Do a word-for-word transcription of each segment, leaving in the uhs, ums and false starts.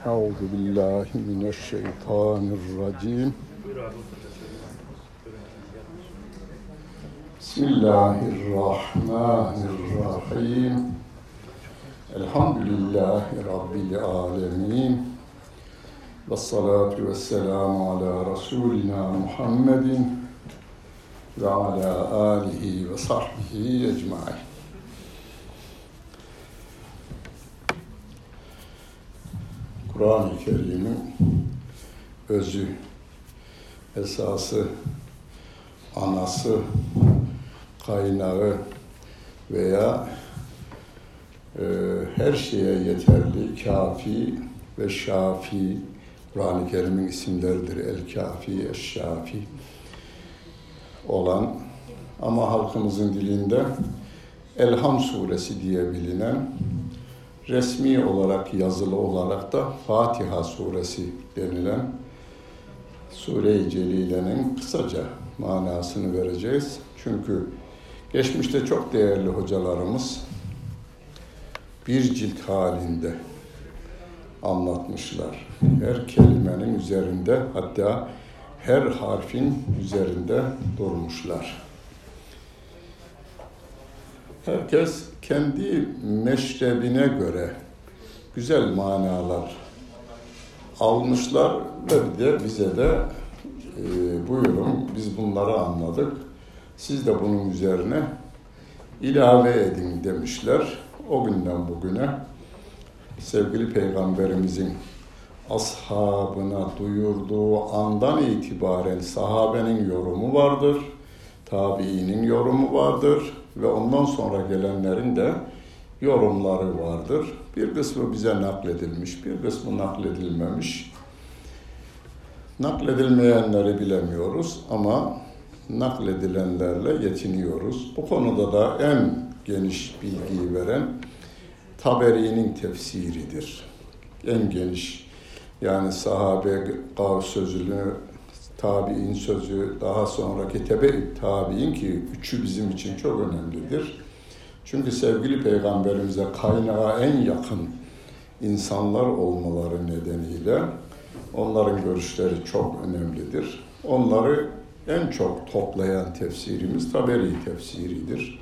Euzu billahi mineşşeytanirracim. Bismillahirrahmanirrahim. Elhamdülillahi Rabbil alemin. Vessalatu vesselamu ala Resulina Muhammedin ve ala alihi ve sahbihi ecmaîn. Kur'an-ı Kerim'in özü, esası, anası, kaynağı veya e, her şeye yeterli, kafi ve şafi, Kur'an-ı Kerim'in isimleridir. El-Kafi, Eş-Şafi olan ama halkımızın dilinde Elham Suresi diye bilinen, resmi olarak, yazılı olarak da Fatiha Suresi denilen Sure-i Celile'nin kısaca manasını vereceğiz. Çünkü geçmişte çok değerli hocalarımız bir cilt halinde anlatmışlar. Her kelimenin üzerinde, hatta her harfin üzerinde durmuşlar. Herkes kendi meşrebine göre güzel manalar almışlar ve bir de bize de e, buyurun biz bunları anladık, siz de bunun üzerine ilave edin demişler. O günden bugüne sevgili Peygamberimizin ashabına duyurduğu andan itibaren sahabenin yorumu vardır, tabiinin yorumu vardır ve ondan sonra gelenlerin de yorumları vardır. Bir kısmı bize nakledilmiş, bir kısmı nakledilmemiş. Nakledilmeyenleri bilemiyoruz ama nakledilenlerle yetiniyoruz. Bu konuda da en geniş bilgiyi veren Taberi'nin tefsiridir. En geniş, yani sahabe kav sözünü, tabi'in sözü, daha sonraki tebe-i tabi'in ki üçü bizim için çok önemlidir. Çünkü sevgili Peygamberimize kaynağa en yakın insanlar olmaları nedeniyle onların görüşleri çok önemlidir. Onları en çok toplayan tefsirimiz Taberi tefsiridir.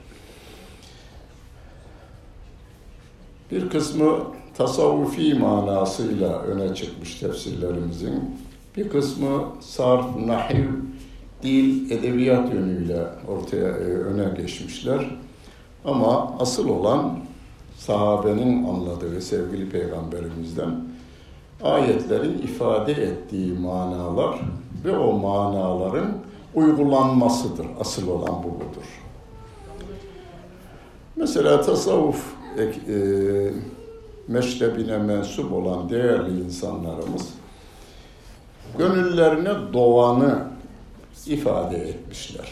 Bir kısmı tasavvufi manasıyla öne çıkmış tefsirlerimizin. Bir kısmı sarf, nahiv, dil, edebiyat yönüyle ortaya öne geçmişler. Ama asıl olan sahabenin anladığı sevgili Peygamberimizden ayetlerin ifade ettiği manalar ve o manaların uygulanmasıdır. Asıl olan bu budur. Mesela tasavvuf e, meşrebine mensup olan değerli insanlarımız gönüllerine doğanı ifade etmişler.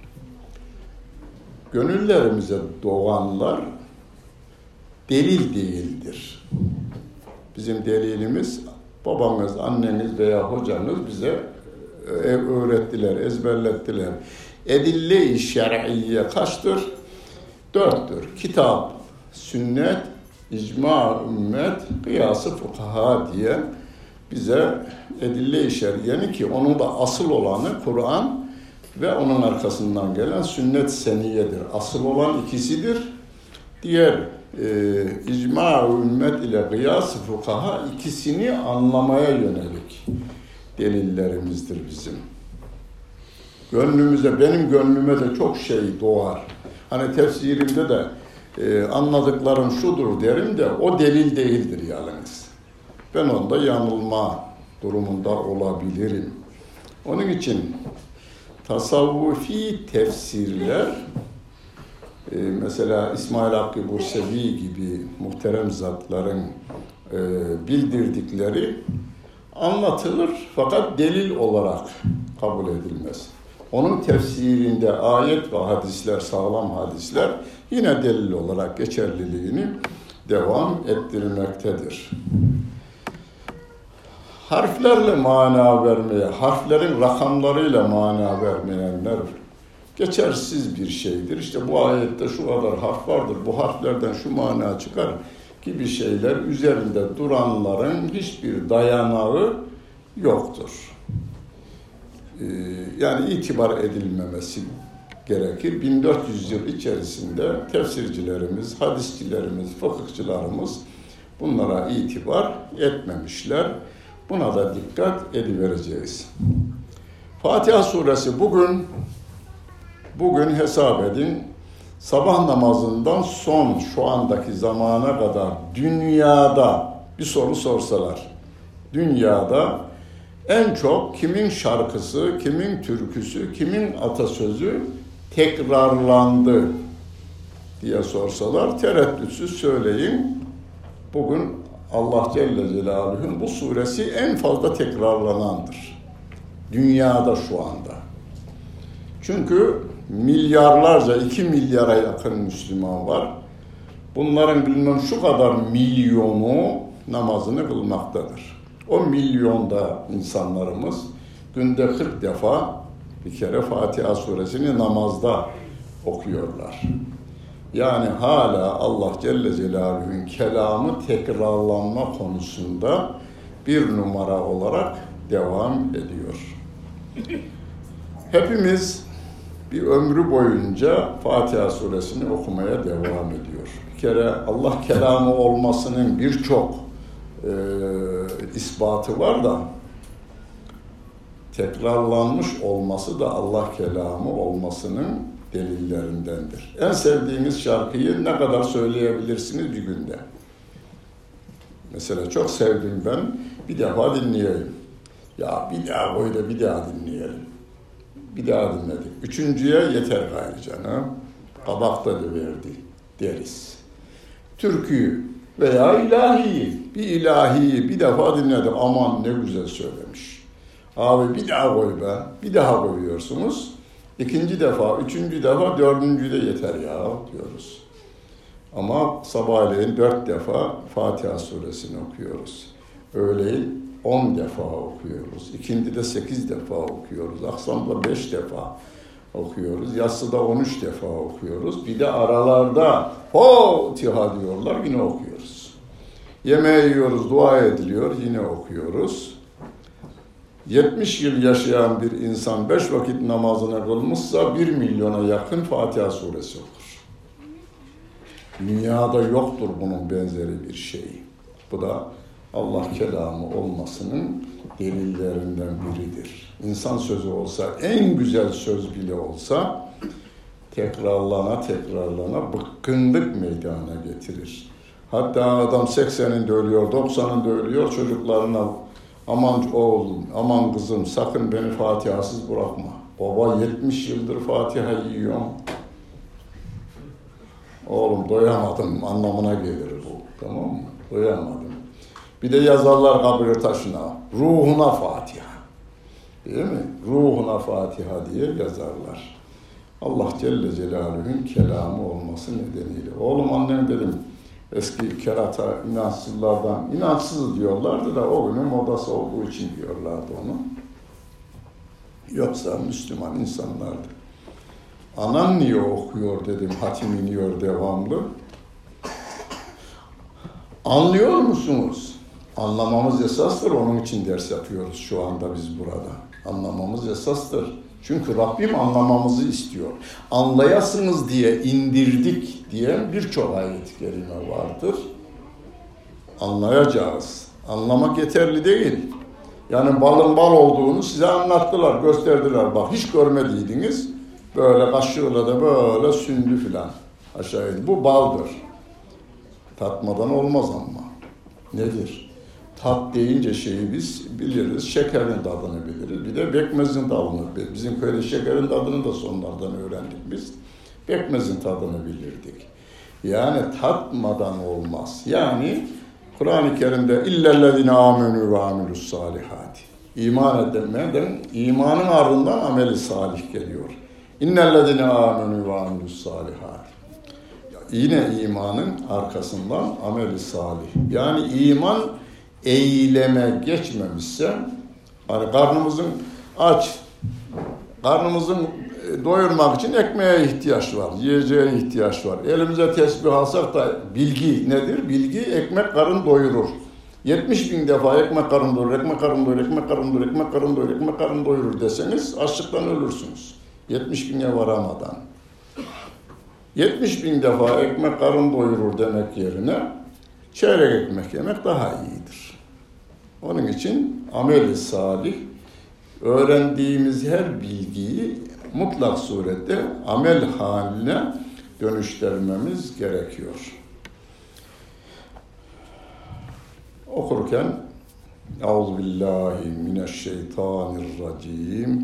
Gönüllerimize doğanlar delil değildir. Bizim delilimiz babanız, anneniz veya hocanız bize öğrettiler, ezberlettiler. Edille-i şer'iyye kaçtır? Dörttür. Kitap, sünnet, icma, ümmet, kıyas-ı fukaha diye bize edille-i şer'iyeni, ki onun da asıl olanı Kur'an ve onun arkasından gelen sünnet seniyedir. Asıl olan ikisidir. Diğer e, icma ümmet ile kıyas-ı fukaha ikisini anlamaya yönelik delillerimizdir bizim. Gönlümüze, benim gönlüme de çok şey doğar. Hani tefsirimde de e, anladıklarım şudur derim de o delil değildir yalnız. Ben onda yanılma durumunda olabilirim. Onun için tasavvufi tefsirler, e, mesela İsmail Hakkı Bursevi gibi muhterem zatların e, bildirdikleri anlatılır fakat delil olarak kabul edilmez. Onun tefsirinde ayet ve hadisler, sağlam hadisler yine delil olarak geçerliliğini devam ettirmektedir. Harflerle mana vermeye, harflerin rakamlarıyla mana vermeyenler geçersiz bir şeydir. İşte bu ayette şu kadar harf vardır, bu harflerden şu mana çıkar gibi şeyler üzerinde duranların hiçbir dayanağı yoktur. Ee, yani itibar edilmemesi gerekir. bin dört yüz yıl içerisinde tefsircilerimiz, hadisçilerimiz, fıkıhçılarımız bunlara itibar etmemişler. Buna da dikkat edivereceğiz. Fatiha suresi bugün bugün hesap edin. Sabah namazından son şu andaki zamana kadar dünyada bir soru sorsalar, dünyada en çok kimin şarkısı, kimin türküsü, kimin atasözü tekrarlandı diye sorsalar tereddütsüz söyleyin. Bugün Allah Celle Celaluhu'nun bu suresi en fazla tekrarlanandır. Dünyada şu anda. Çünkü milyarlarca, iki milyara yakın Müslüman var. Bunların bilmem şu kadar milyonu namazını kılmaktadır. O milyonda insanlarımız günde kırk defa bir kere Fatiha suresini namazda okuyorlar. Yani hala Allah Celle Celaluhu'nun kelamı tekrarlanma konusunda bir numara olarak devam ediyor. Hepimiz bir ömrü boyunca Fatiha suresini okumaya devam ediyor. Bir kere Allah kelamı olmasının birçok e, ispatı var da tekrarlanmış olması da Allah kelamı olmasının delillerindendir. En sevdiğiniz şarkıyı ne kadar söyleyebilirsiniz bir günde? Mesela çok sevdim ben, bir defa dinleyelim. Ya bir daha koy da bir daha dinleyelim. Bir daha dinledik. Üçüncüye yeter gayrı canım. Kabakta da verdi deriz. Türküyü veya ilahiyi, bir ilahiyi bir defa dinledim. Aman ne güzel söylemiş. Abi bir daha koy be. Bir daha koyuyorsunuz. İkinci defa, üçüncü defa, dördüncü de yeter ya diyoruz. Ama sabahleyin dört defa Fatiha suresini okuyoruz. Öğleyin on defa okuyoruz. İkindi de sekiz defa okuyoruz. Akşamda beş defa okuyoruz. Yatsıda on üç defa okuyoruz. Bir de aralarda Fatiha diyorlar, yine okuyoruz. Yemeği yiyoruz, dua ediliyor, yine okuyoruz. yetmiş yıl yaşayan bir insan beş vakit namazını kılmışsa bir milyona yakın Fatiha suresi okur. Dünyada yoktur bunun benzeri bir şey. Bu da Allah kelamı olmasının delillerinden biridir. İnsan sözü olsa, en güzel söz bile olsa tekrarlana tekrarlana bıkkınlık meydana getirir. Hatta adam sekseninde ölüyor, doksanında ölüyor, çocuklarına aman oğlum, aman kızım sakın beni Fatihasız bırakma. Baba yetmiş yıldır Fatiha yiyorum. Oğlum doyamadım anlamına gelir bu. Tamam mı? Doyamadım. Bir de yazarlar kabri taşına, ruhuna Fatiha. Değil mi? Ruhuna Fatiha diye yazarlar. Allah Celle Celaluhu'nun kelamı olması nedeniyle. Oğlum annem dedim, eski kerata inançsızlardan, inançsız diyorlardı da o günün modası olduğu için diyorlardı onu. Yoksa Müslüman insanlardı. Anan niye okuyor dedim, hatim iniyor devamlı. Anlıyor musunuz? Anlamamız esastır, onun için ders yapıyoruz şu anda biz burada. Anlamamız esastır. Çünkü Rabbim anlamamızı istiyor. Anlayasınız diye indirdik diyen birçok ayet-i kerime vardır. Anlayacağız. Anlamak yeterli değil. Yani balın bal olduğunu size anlattılar, gösterdiler. Bak hiç görmediydiniz. Böyle kaşığıyla da böyle sündü filan. Aşağıya. Bu baldır. Tatmadan olmaz ama. Nedir? Tat deyince şeyi biz biliriz, şekerin tadını biliriz. Bir de bekmezin tadını. Bizim köyde şekerin tadını da sonlardan öğrendik biz. Bekmezin tadını bilirdik. Yani tatmadan olmaz. Yani Kur'an-ı Kerim'de illellezine amenü ve amilus salihati. İman edemeden, imanın ardından ameli salih geliyor. İnnellezine amenü ve amilus salihati. Yine imanın arkasından ameli salih. Yani iman eyleme geçmemişse, hani karnımızın aç, karnımızın doyurmak için ekmeğe ihtiyaç var, yiyeceğe ihtiyaç var. Elimize tesbih alsak da bilgi nedir? Bilgi ekmek karın doyurur. yetmiş bin defa ekmek karın doyurur, ekmek karın doyurur, ekmek karın doyurur, ekmek karın doyurur, ekmek karın doyurur deseniz açlıktan ölürsünüz. yetmiş bine varamadan. yetmiş bin defa ekmek karın doyurur demek yerine çeyrek ekmek yemek daha iyidir. Onun için amel-i salih, öğrendiğimiz her bilgiyi mutlak surette amel haline dönüştürmemiz gerekiyor. Okurken Euzubillahimineşşeytanirracim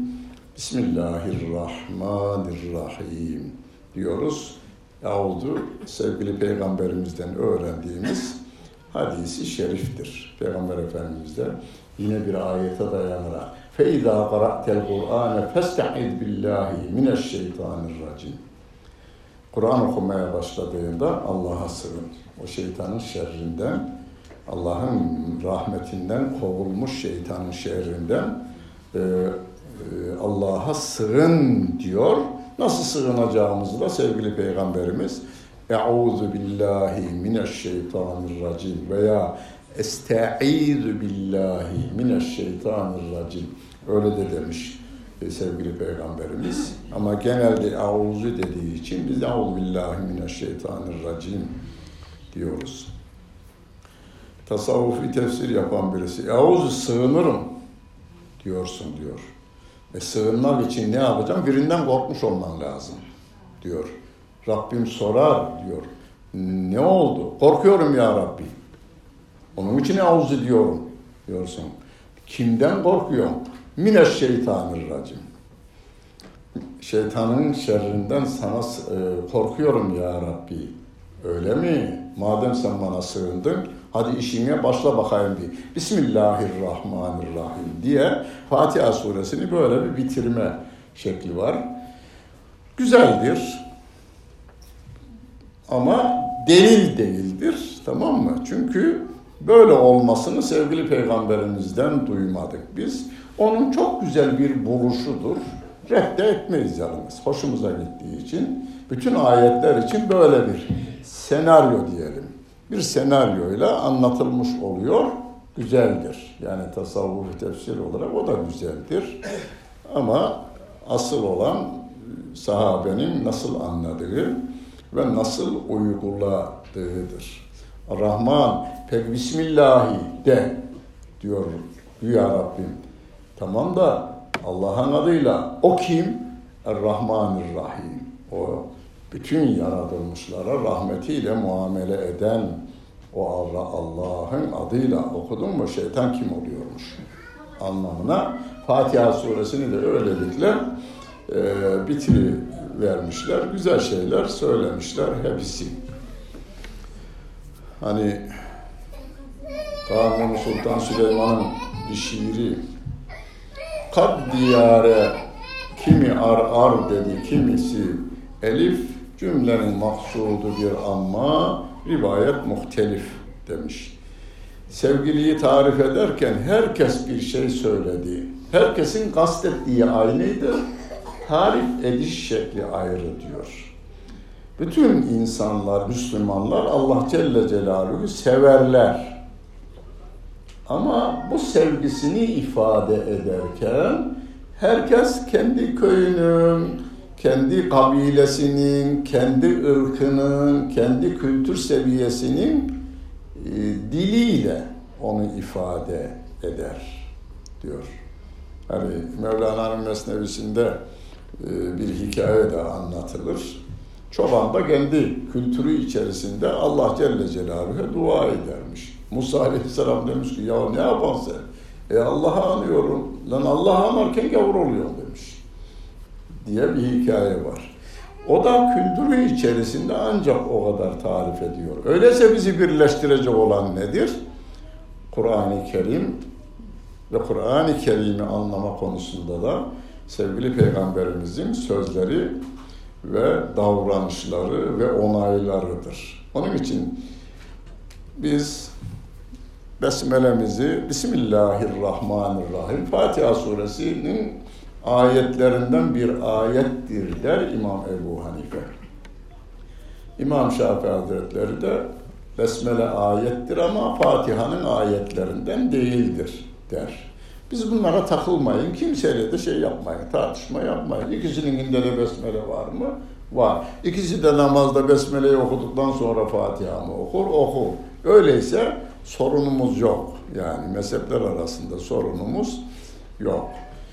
Bismillahirrahmanirrahim diyoruz. Euzu sevgili Peygamberimizden öğrendiğimiz hadisi şeriftir. Peygamber Efendimiz'den yine bir ayete dayanarak فَاِذَا قَرَأْتَ الْقُرْآنَ فَاسْتَعِذْ بِاللّٰهِ مِنَ الشَّيْطَانِ الرَّجِيمِ Kur'an okumaya başladığında Allah'a sığın. O şeytanın şerrinden, Allah'ın rahmetinden kovulmuş şeytanın şerrinden e, e, Allah'a sığın diyor. Nasıl sığınacağımızı da sevgili Peygamberimiz Euzu billahi mineşşeytanirracim veya Estaizu billahi mineşşeytanirracim öyle de demiş sevgili Peygamberimiz. Ama genelde Euzu dediği için biz Euzu billahi mineşşeytanirracim diyoruz. Tasavvufi tefsir yapan birisi Euzu sığınırım diyorsun diyor. E sığınmak için ne yapacağım? Birinden korkmuş olman lazım diyor. Rabbim sorar diyor. Ne oldu? Korkuyorum ya Rabbi. Onun için Euzu diyorum diyorsun. Kimden korkuyorsun? Mineşşeytanirracim. Şeytanın şerrinden sana e, korkuyorum ya Rabbi. Öyle mi? Madem sen bana sığındın, hadi işine başla bakayım bir. Bismillahirrahmanirrahim diye Fatiha suresini böyle bir bitirme şekli var. Güzeldir. Ama delil değildir. Tamam mı? Çünkü böyle olmasını sevgili Peygamberimizden duymadık biz. Onun çok güzel bir buluşudur. Redde etmeyiz yalnız. Hoşumuza gittiği için. Bütün ayetler için böyle bir senaryo diyelim. Bir senaryoyla anlatılmış oluyor. Güzeldir. Yani tasavvuf tefsir olarak o da güzeldir. Ama asıl olan sahabenin nasıl anladığı ve nasıl uyguladığıdır. Rahman, pek Bismillahi de diyor ya Rabbim. Tamam da Allah'ın adıyla o kim? Er-Rahmanir-Rahim. O bütün yaratılmışlara rahmetiyle muamele eden o Allah'ın adıyla okudun mu şeytan kim oluyormuş anlamına Fatiha suresini de öylelikle e, bitirivermişler. Güzel şeyler söylemişler hepsi. Hani Kanuni Sultan Süleyman'ın bir şiiri kad diyare kimi ar ar dedi kimisi elif cümlenin maksudu bir amma rivayet muhtelif demiş. Sevgiliyi tarif ederken herkes bir şey söyledi. Herkesin kastettiği aynıydı. Tarif ediş şekli ayrı diyor. Bütün insanlar, Müslümanlar Allah Celle Celaluhu severler. Ama bu sevgisini ifade ederken herkes kendi köyünün, kendi kabilesinin, kendi ırkının, kendi kültür seviyesinin e, diliyle onu ifade eder diyor. Hani Mevlana'nın Mesnevisinde e, bir hikaye de anlatılır. Çoban da kendi kültürü içerisinde Allah Celle Celaluhu'ya dua edermiş. Musa Aleyhisselam demiş ki ya ne yapan sen? E Allah'ı anıyorum. Lan Allah'ı anarken gavur oluyor demiş. Diye bir hikaye var. O da kültürü içerisinde ancak o kadar tarif ediyor. Öyleyse bizi birleştirecek olan nedir? Kur'an-ı Kerim ve Kur'an-ı Kerim'i anlama konusunda da sevgili Peygamberimizin sözleri ve davranışları ve onaylarıdır. Onun için biz Besmelemizi Bismillahirrahmanirrahim Fatiha suresinin ayetlerinden bir ayettir der İmam Ebu Hanife. İmam Şafii Hazretleri de Besmele ayettir ama Fatiha'nın ayetlerinden değildir der. Biz bunlara takılmayın, kimseyle de şey yapmayın, tartışma yapmayın. İkisinin de Besmele var mı? Var. İkisi de namazda Besmele'yi okuduktan sonra Fatiha mı okur? Okur. Öyleyse sorunumuz yok. Yani mezhepler arasında sorunumuz yok.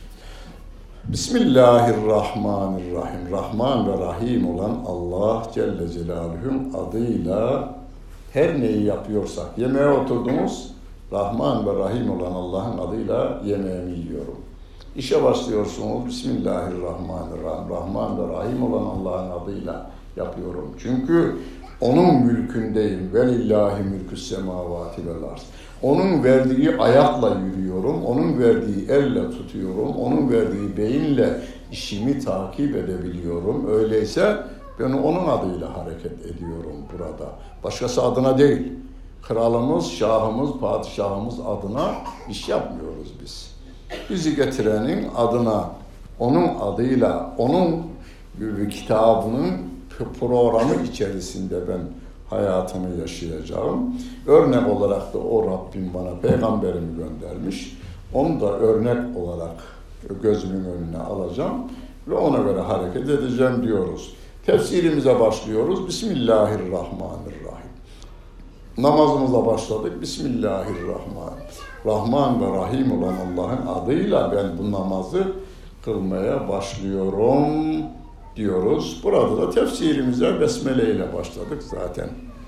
Bismillahirrahmanirrahim. Rahman ve Rahim olan Allah Celle Celaluhu'nun adıyla her neyi yapıyorsak, yemeğe oturdunuz, Rahman ve Rahim olan Allah'ın adıyla yemeğimi yiyorum. İşe başlıyorsunuz, Bismillahirrahmanirrahim. Rahman ve Rahim olan Allah'ın adıyla yapıyorum. Çünkü onun mülkündeyim. Velillahi mülkü's semavati vel arz. Onun verdiği ayakla yürüyorum, onun verdiği elle tutuyorum, onun verdiği beyinle işimi takip edebiliyorum. Öyleyse ben onun adıyla hareket ediyorum burada. Başkası adına değil. Kralımız, şahımız, padişahımız adına iş yapmıyoruz biz. Bizi getirenin adına, onun adıyla, onun kitabının programı içerisinde ben hayatımı yaşayacağım. Örnek olarak da o Rabbim bana peygamberimi göndermiş. Onu da örnek olarak gözümün önüne alacağım ve ona göre hareket edeceğim diyoruz. Tefsirimize başlıyoruz. Bismillahirrahmanirrahim. Namazımıza başladık. Bismillahirrahmanirrahim. Rahman ve Rahim olan Allah'ın adıyla ben bu namazı kılmaya başlıyorum diyoruz. Burada da tefsirimize Besmele ile başladık zaten.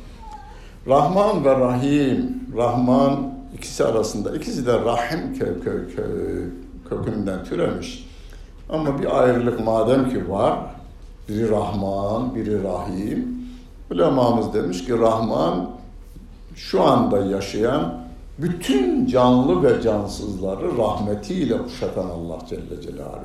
Rahman ve Rahim, Rahman ikisi arasında, ikisi de Rahim kö- kö- kö- kökünden türemiş. Ama bir ayrılık madem ki var, biri Rahman, biri Rahim. Ulemamız demiş ki Rahman şu anda yaşayan bütün canlı ve cansızları rahmetiyle kuşatan Allah Celle Celaluhu.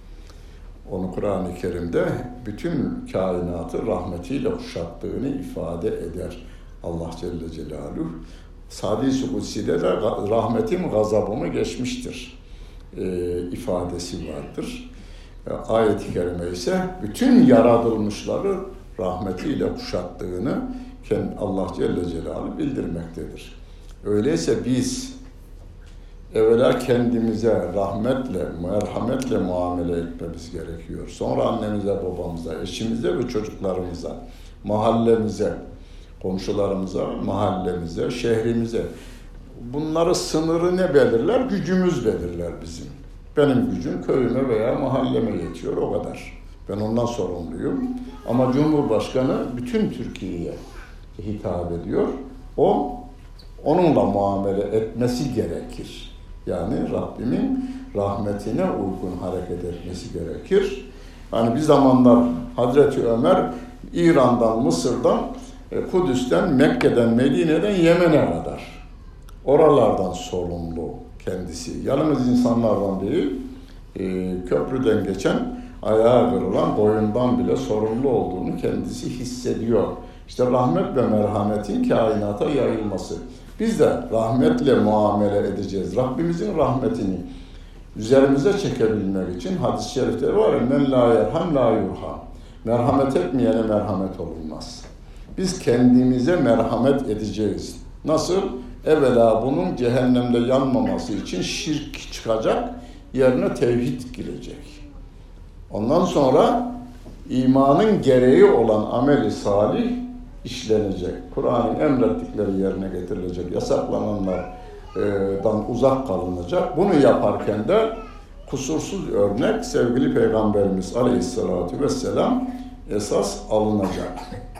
Onu Kur'an-ı Kerim'de bütün kainatı rahmetiyle kuşattığını ifade eder Allah Celle Celaluhu. Hadis-i Kutsi'de de rahmetim gazabımı geçmiştir e, ifadesi vardır. E, ayet-i kerime ise bütün yaratılmışları rahmetiyle kuşattığını Allah Celle Celaluhu bildirmektedir. Öyleyse biz evvela kendimize rahmetle, merhametle muamele etmemiz gerekiyor. Sonra annemize, babamıza, eşimize ve çocuklarımıza, mahallemize, komşularımıza, mahallemize, şehrimize. Bunları sınırı ne belirler? Gücümüz belirler bizim. Benim gücüm köyüme veya mahalleme yetiyor, o kadar. Ben ondan sorumluyum. Ama Cumhurbaşkanı bütün Türkiye'ye hitap ediyor. O, onunla muamele etmesi gerekir. Yani Rabbimin rahmetine uygun hareket etmesi gerekir. Hani bir zamanlar Hazreti Ömer İran'dan, Mısır'dan, Kudüs'ten, Mekke'den, Medine'den, Yemen'e kadar oralardan sorumlu kendisi. Yalnız insanlardan değil, köprüden geçen, ayağa kırılan boyundan bile sorumlu olduğunu kendisi hissediyor. İşte rahmet ve merhametin kainata yayılması. Biz de rahmetle muamele edeceğiz. Rabbimizin rahmetini üzerimize çekebilmek için hadis-i şerifte var ya, men la yerham la yurham. Merhamet etmeyene merhamet olunmaz. Biz kendimize merhamet edeceğiz. Nasıl? Evvela bunun cehennemde yanmaması için şirk çıkacak, yerine tevhid girecek. Ondan sonra imanın gereği olan ameli salih işlenecek. Kur'an'ın emrettikleri yerine getirilecek. Yasaklananlardan uzak kalınacak. Bunu yaparken de kusursuz örnek sevgili Peygamberimiz Aleyhisselatü Vesselam esas alınacak.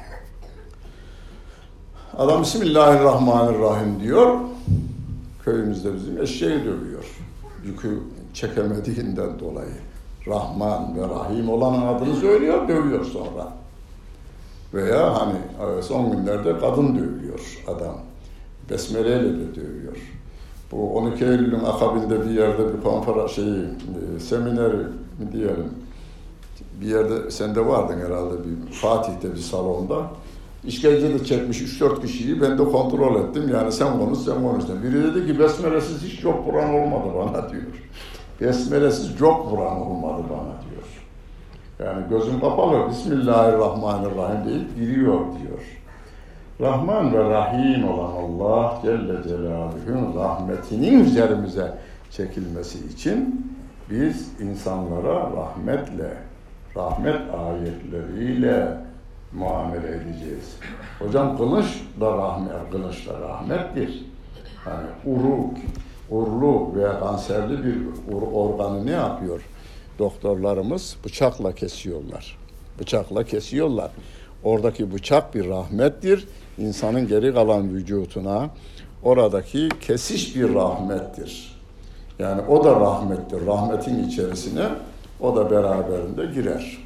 Adam Bismillahirrahmanirrahim diyor. Köyümüzde bizim eşeği dövüyor. Yükü çekemediğinden dolayı. Rahman ve Rahim olan adını söylüyor, dövüyor sonra. Veya hani son günlerde kadın dövüyor adam. Besmeleyle de dövüyor. Bu on iki Eylül'ün akabinde bir yerde bir konferans şeyi, seminer mi diyelim. Bir yerde sen de vardın herhalde bir Fatih'te bir salonda. İşkence de çekmiş üç dört kişiyi ben de kontrol ettim. Yani sen konuş sen konuş. Biri dedi ki besmelesiz hiç yok Kur'an olmadı bana diyor. besmelesiz çok vuran olmadı bana diyor. Yani gözüm kapalı, Bismillahirrahmanirrahim deyip giriyor diyor. Rahman ve Rahim olan Allah Celle Celaluhu'nun rahmetinin üzerimize çekilmesi için biz insanlara rahmetle, rahmet ayetleriyle muamele edeceğiz. Hocam kılıç da rahmet, kılıç da rahmettir. Yani uru, urlu veya kanserli bir organı ne yapıyor? Doktorlarımız bıçakla kesiyorlar. Bıçakla kesiyorlar. Oradaki bıçak bir rahmettir. İnsanın geri kalan vücuduna oradaki kesiş bir rahmettir. Yani o da rahmettir. Rahmetin içerisine o da beraberinde girer.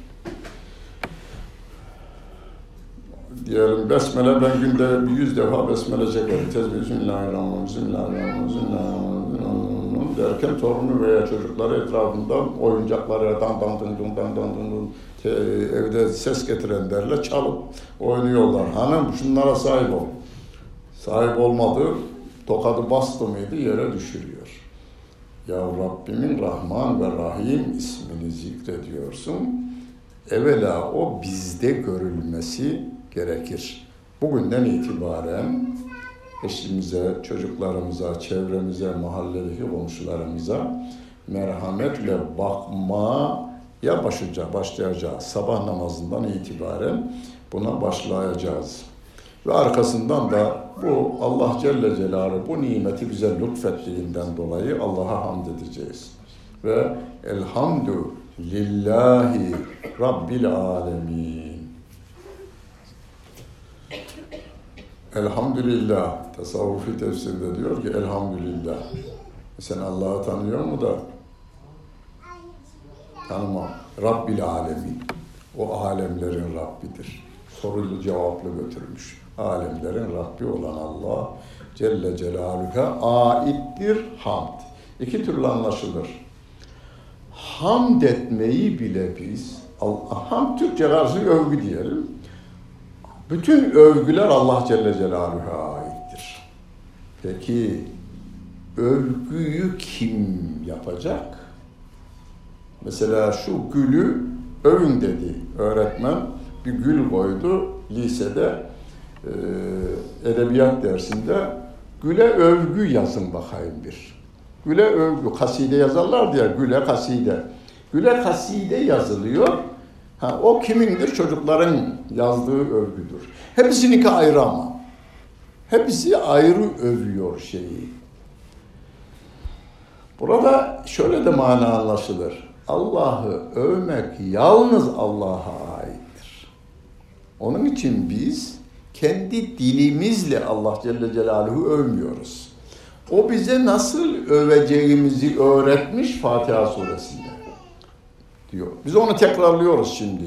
Diyelim besmele, ben günde bir yüz defa besmele çekerim. Tezbih, Bismillahirrahmanirrahim, Bismillahirrahmanirrahim, Bismillahirrahmanirrahim derken torunu veya çocukları etrafında oyuncakları dan dan dın dın dan dan dın dın evde ses getirenlerle çalıp oynuyorlar. Hanım şunlara sahip ol. Sahip olmadı, tokadı bastı mıydı yere düşürüyor. Ya Rabbimin Rahman ve Rahim ismini zikrediyorsun. Evvela o bizde görülmesi gerekir. Bugünden itibaren eşimize, çocuklarımıza, çevremize, mahalledeki komşularımıza merhametle bakmaya başlayacağız, başlayacağız. Sabah namazından itibaren buna başlayacağız. Ve arkasından da bu Allah Celle Celaluhu bu nimeti bize lütfettiğinden dolayı Allah'a hamd edeceğiz. Ve elhamdülillahi Rabbil alemin. Elhamdülillah, tasavvufi tefsirde diyor ki elhamdülillah. Sen Allah'ı tanıyor mu da? Tanımam. Rabbil alemin. O alemlerin Rabbidir. Sorulu cevaplı götürmüş. Alemlerin Rabbi olan Allah Celle Celaluhu'ya aittir hamd. İki türlü anlaşılır. Hamd etmeyi bile biz, Allah, hamd Türkçe karşı övgü diyelim. Bütün övgüler Allah Celle Celaluhu'ya aittir. Peki övgüyü kim yapacak? Mesela şu gülü övün dedi öğretmen. Bir gül koydu lisede e, edebiyat dersinde. Güle övgü yazın bakayım bir. Güle övgü, kaside yazarlar diye güle kaside. Güle kaside yazılıyor. Ha, o kimindir? Çocukların yazdığı övgüdür. Hepsininki ayrı ama. Hepsi ayrı övüyor şeyi. Burada şöyle de mana anlaşılır. Allah'ı övmek yalnız Allah'a aittir. Onun için biz kendi dilimizle Allah Celle Celaluhu övmüyoruz. O bize nasıl öveceğimizi öğretmiş Fatiha suresinde diyor. Biz onu tekrarlıyoruz şimdi.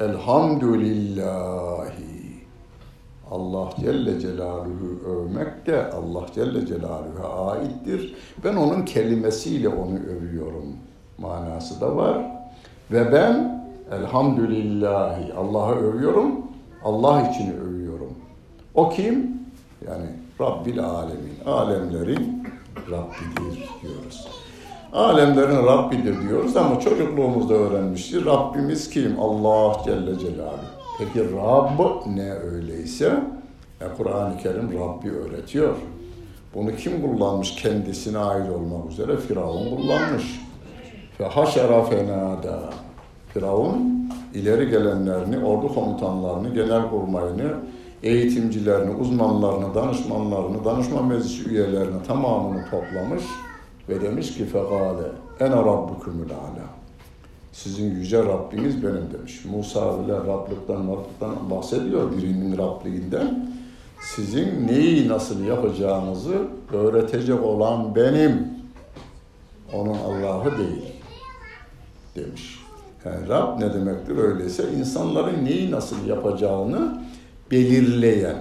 Elhamdülillahi. Allah Celle Celaluhu övmek de Allah Celle Celaluhu'ya aittir. Ben onun kelimesiyle onu övüyorum manası da var. Ve ben elhamdülillahi Allah'ı övüyorum. Allah için övüyorum. O kim? Yani Rabbil alemin. Alemlerin Rabbidir diyoruz. Alemlerin Rabbidir diyoruz ama çocukluğumuzda öğrenmiştik. Rabbimiz kim? Allah Celle Celaluhu. Peki Rabb ne öyleyse? E, Kur'an-ı Kerim Rabbi öğretiyor. Bunu kim kullanmış? Kendisine ait olmak üzere Firavun kullanmış. Fehaşera fenada. Firavun ileri gelenlerini, ordu komutanlarını, genelkurmayını, eğitimcilerini, uzmanlarını, danışmanlarını, danışma meclisi üyelerini tamamını toplamış ve demiş ki fekale ene rabbukumul ala. Sizin yüce Rabbiniz benim demiş. Musa bile Rablıktan, Rablıktan bahsediyor birinin Rabliğinden. Sizin neyi nasıl yapacağınızı öğretecek olan benim. Onun Allah'ı değil demiş. Yani Rab ne demektir öyleyse? İnsanların neyi nasıl yapacağını belirleyen.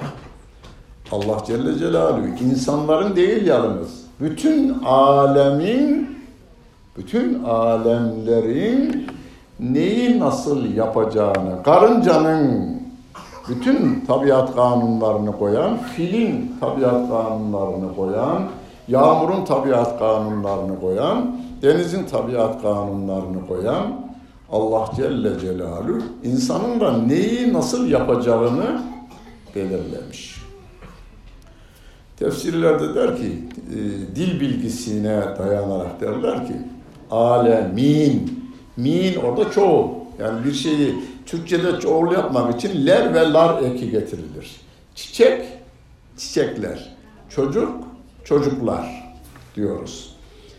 Allah Celle Celaluhu insanların değil yalnız. Bütün alemin, bütün alemlerin neyi nasıl yapacağını, karıncanın bütün tabiat kanunlarını koyan, filin tabiat kanunlarını koyan, yağmurun tabiat kanunlarını koyan, denizin tabiat kanunlarını koyan Allah Celle Celaluhu insanın da neyi nasıl yapacağını belirlemiş. Tefsirlerde der ki, e, dil bilgisine dayanarak derler ki, alemin, min orada çoğul. Yani bir şeyi Türkçe'de çoğul yapmak için ler ve lar eki getirilir. Çiçek, çiçekler. Çocuk, çocuklar diyoruz.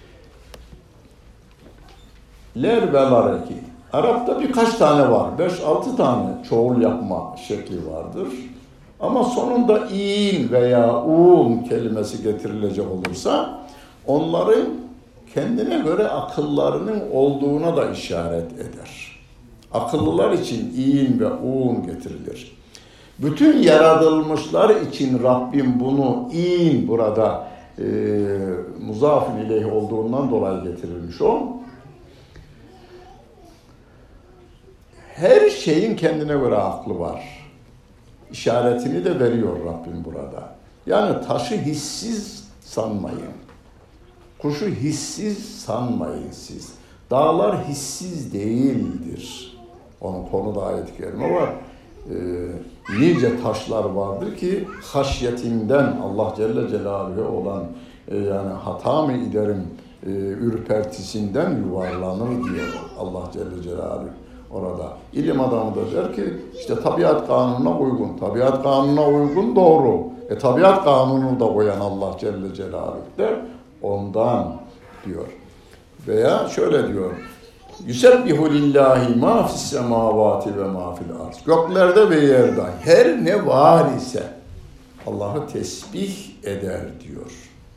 Ler ve lar eki. Arap'ta birkaç tane var. Beş altı tane çoğul yapma şekli vardır. Ama sonunda in veya un kelimesi getirilecek olursa onların kendine göre akıllarının olduğuna da işaret eder. Akıllılar için in ve un getirilir. Bütün yaratılmışlar için Rabbim bunu in burada e, muzafin ileyh olduğundan dolayı getirilmiş o. Her şeyin kendine göre aklı var. İşaretini de veriyor Rabbim burada. Yani taşı hissiz sanmayın. Kuşu hissiz sanmayın siz. Dağlar hissiz değildir. Onun konuda ayet-i kerime var. Ee, nice taşlar vardır ki haşyetinden Allah Celle Celaluhu olan e, yani hata mı ederim e, ürpertisinden yuvarlanır diyor Allah Celle Celaluhu orada. İlim adamı da der ki işte tabiat kanununa uygun. Tabiat kanununa uygun doğru. E tabiat kanununu da koyan Allah Celle Celaluhu der. Ondan diyor. Veya şöyle diyor. Yusebbihu lillahi ma fis semavati ve ma fil arz. Göklerde ve yerde her ne var ise Allah'ı tesbih eder diyor.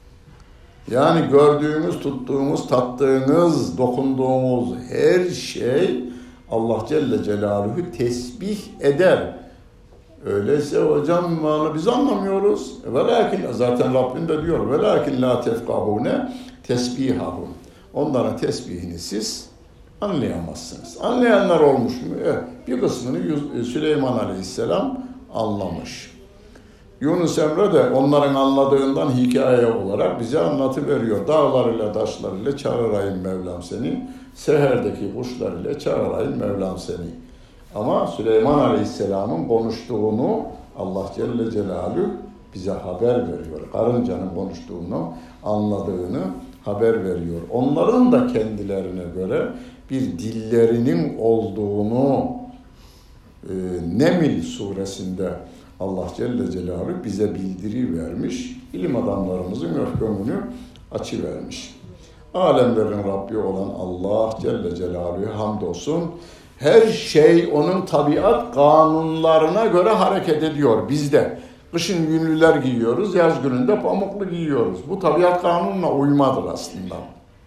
Yani gördüğümüz, tuttuğumuz, tattığımız, dokunduğumuz her şey Allah Celle Celaluhu tesbih eder. Öyleyse hocam biz anlamıyoruz. Velakin zaten Rabbim de diyor. Velakin la tefkahune tesbihahum. Onların tesbihini siz anlayamazsınız. Anlayanlar olmuş mu? Evet. Bir kısmını Süleyman Aleyhisselam anlamış. Yunus Emre de onların anladığından hikaye olarak bize anlatıveriyor. Dağlarıyla taşlarıyla çağırayım Mevlam seni. Seherdeki kuşlarıyla çağırayım Mevlam seni. Ama Süleyman Aleyhisselam'ın konuştuğunu Allah Celle Celaluhu bize haber veriyor. Karıncanın konuştuğunu, anladığını haber veriyor. Onların da kendilerine göre bir dillerinin olduğunu e, Neml suresinde Allah Celle Celaluhu bize bildirivermiş. İlim adamlarımızın öfkönünü açıvermiş. Alemlerin Rabbi olan Allah Celle Celaluhu'ya hamdolsun. Her şey onun tabiat kanunlarına göre hareket ediyor bizde. Kışın yünlüler giyiyoruz, yaz gününde pamuklu giyiyoruz. Bu tabiat kanununa uymadır aslında.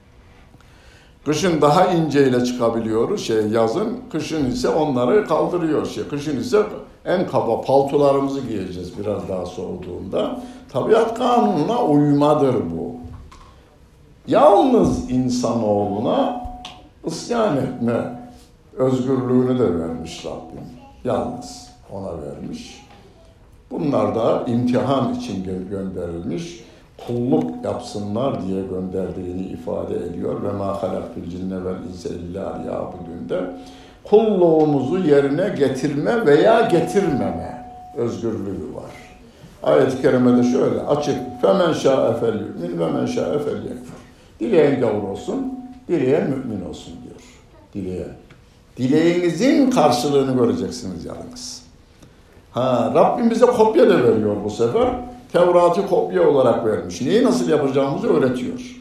Kışın daha inceyle çıkabiliyoruz, şey yazın, kışın ise onları kaldırıyor. Şey, kışın ise en kaba paltolarımızı giyeceğiz biraz daha soğuduğunda. Tabiat kanununa uymadır bu. Yalnız insanoğluna isyan etme özgürlüğünü de vermiş Rabbim. Yalnız ona vermiş. Bunlar da imtihan için gönderilmiş. Kulluk yapsınlar diye gönderdiğini ifade ediyor. Ve mâ halaktul cinne vel inse illâ liya'budûn'de kulluğumuzu yerine getirme veya getirmeme özgürlüğü var. Ayet-i kerimede şöyle açık. Femen şâ'e fel yu'min ve men şâ'e fel yekfur. Dileyen gavur olsun, dileyen mümin olsun diyor. Dileyen. Dileğinizin karşılığını göreceksiniz yalnız. Ha, Rabbim bize kopya da veriyor bu sefer. Tevrat'ı kopya olarak vermiş. Neyi nasıl yapacağımızı öğretiyor.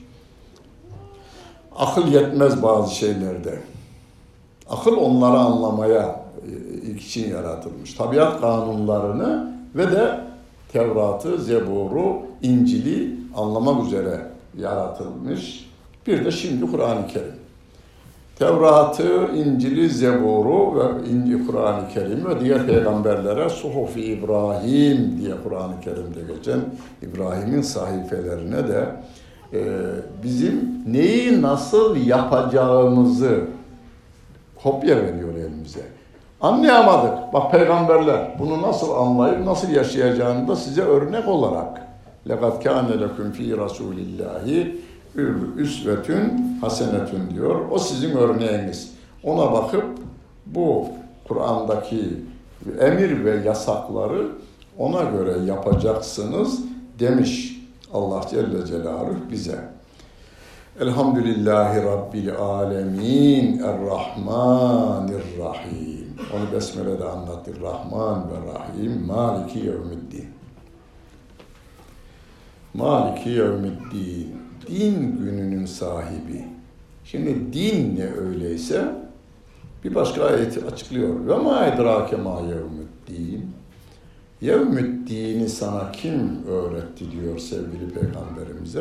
Akıl yetmez bazı şeylerde. Akıl onları anlamaya için yaratılmış. Tabiat kanunlarını ve de Tevrat'ı, Zebur'u, İncil'i anlamak üzere yaratılmış. Bir de şimdi Kur'an-ı Kerim. Tevrat'ı, İncil'i, Zebur'u ve İncil, Kur'an-ı Kerim ve diğer peygamberlere Suhuf-i İbrahim diye Kur'an-ı Kerim'de geçen İbrahim'in sahifelerine de e, bizim neyi nasıl yapacağımızı kopya veriyor elimize. Anlayamadık. Bak peygamberler bunu nasıl anlayıp nasıl yaşayacağını da size örnek olarak لَقَدْ كَانَ لَكُمْ ف۪ي رَسُولِ اللّٰهِ üsvetün hasenetün diyor. O sizin örneğiniz. Ona bakıp bu Kur'an'daki emir ve yasakları ona göre yapacaksınız demiş Allah Celle Celaluhu bize. Elhamdülillahi Rabbil alemin Errahmanirrahim. Onu Besmele'de anlattık. Rahman ve Rahim. Maliki yevmiddin. Maliki yevmiddin. Din gününün sahibi. Şimdi din ne öyleyse bir başka ayeti açıklıyor. Ve ma edrake ma yevmiddin. Yevmiddin'i sana kim öğretti diyor sevgili Peygamberimize.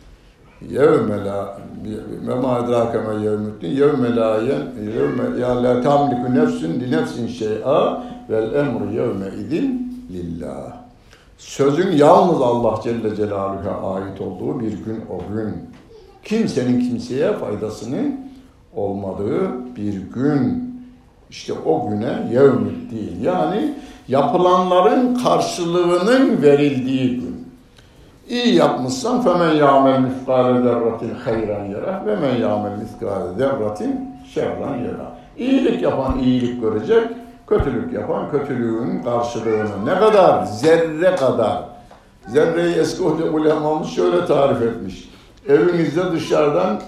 Yevme la ve ma edrake ma yevmiddin. Yevme la yevme ya la tamliku nefsun li nefsin şey'a vel emru yevme idin lillah. Sözün yalnız Allah Celle Celaluhu'ya ait olduğu bir gün o gün. Kimsenin kimseye faydasının olmadığı bir gün. İşte o güne yevmiddin. Yani yapılanların karşılığının verildiği gün. İyi yapmışsan femen ya'mel miskale zerratin hayran yara ve men ya'mel miskale zerratin şerran yara. İyilik yapan iyilik görecek, kötülük yapan kötülüğün karşılığını ne kadar? Zerre kadar. Zerreyi eski ulemamız şöyle tarif etmiş. Evinizde dışarıdan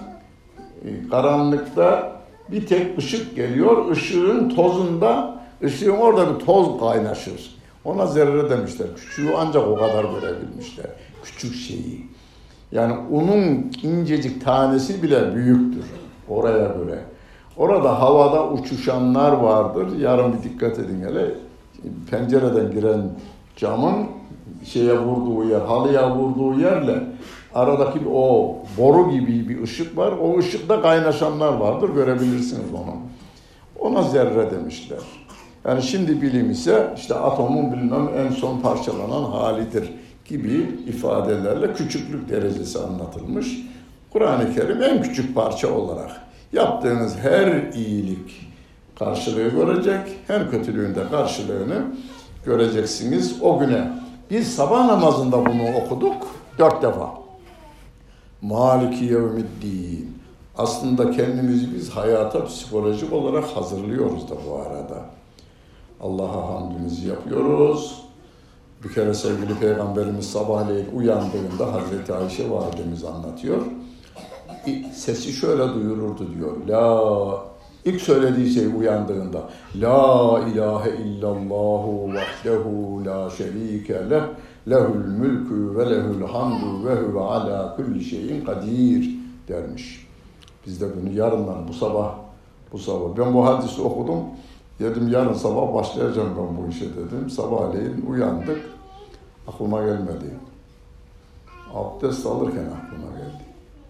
karanlıkta bir tek ışık geliyor. Işığın tozunda, ışığın orada bir toz kaynaşır. Ona zerre demişler. Küçüğü ancak o kadar görebilmişler. Küçük şeyi. Yani unun incecik tanesi bile büyüktür oraya göre. Orada havada uçuşanlar vardır. Yarın bir dikkat edin hele. Pencereden giren camın şeye vurduğu yer, halıya vurduğu yerle aradaki o boru gibi bir ışık var. O ışıkta kaynaşanlar vardır. Görebilirsiniz onu. Ona zerre demişler. Yani şimdi bilim ise işte atomun bilmem en son parçalanan halidir gibi ifadelerle küçüklük derecesi anlatılmış. Kur'an-ı Kerim en küçük parça olarak yaptığınız her iyilik karşılığı görecek, her kötülüğünde karşılığını göreceksiniz o güne. Biz sabah namazında bunu okuduk dört defa. Maliki yevmiddin. Aslında kendimizi biz hayata psikolojik olarak hazırlıyoruz da bu arada. Allah'a hamdimizi yapıyoruz. Bir kere sevgili Peygamberimiz sabahleyin uyandığında Hazreti Ayşe validemiz anlatıyor. Sesi şöyle duyururdu diyor. La, ilk söylediği şey uyandığında. La ilahe illallahu vahdehu la şerike leh. Lehul mülkü ve lehul hamdu ve huve ala kulli şeyin kadir dermiş. Biz de bunu yarından bu sabah bu sabah ben bu hadisi okudum. Dedim yarın sabah başlayacağım ben bu işe dedim. Sabahleyin uyandık. Aklıma gelmedi. Abdest alırken aklıma geldi.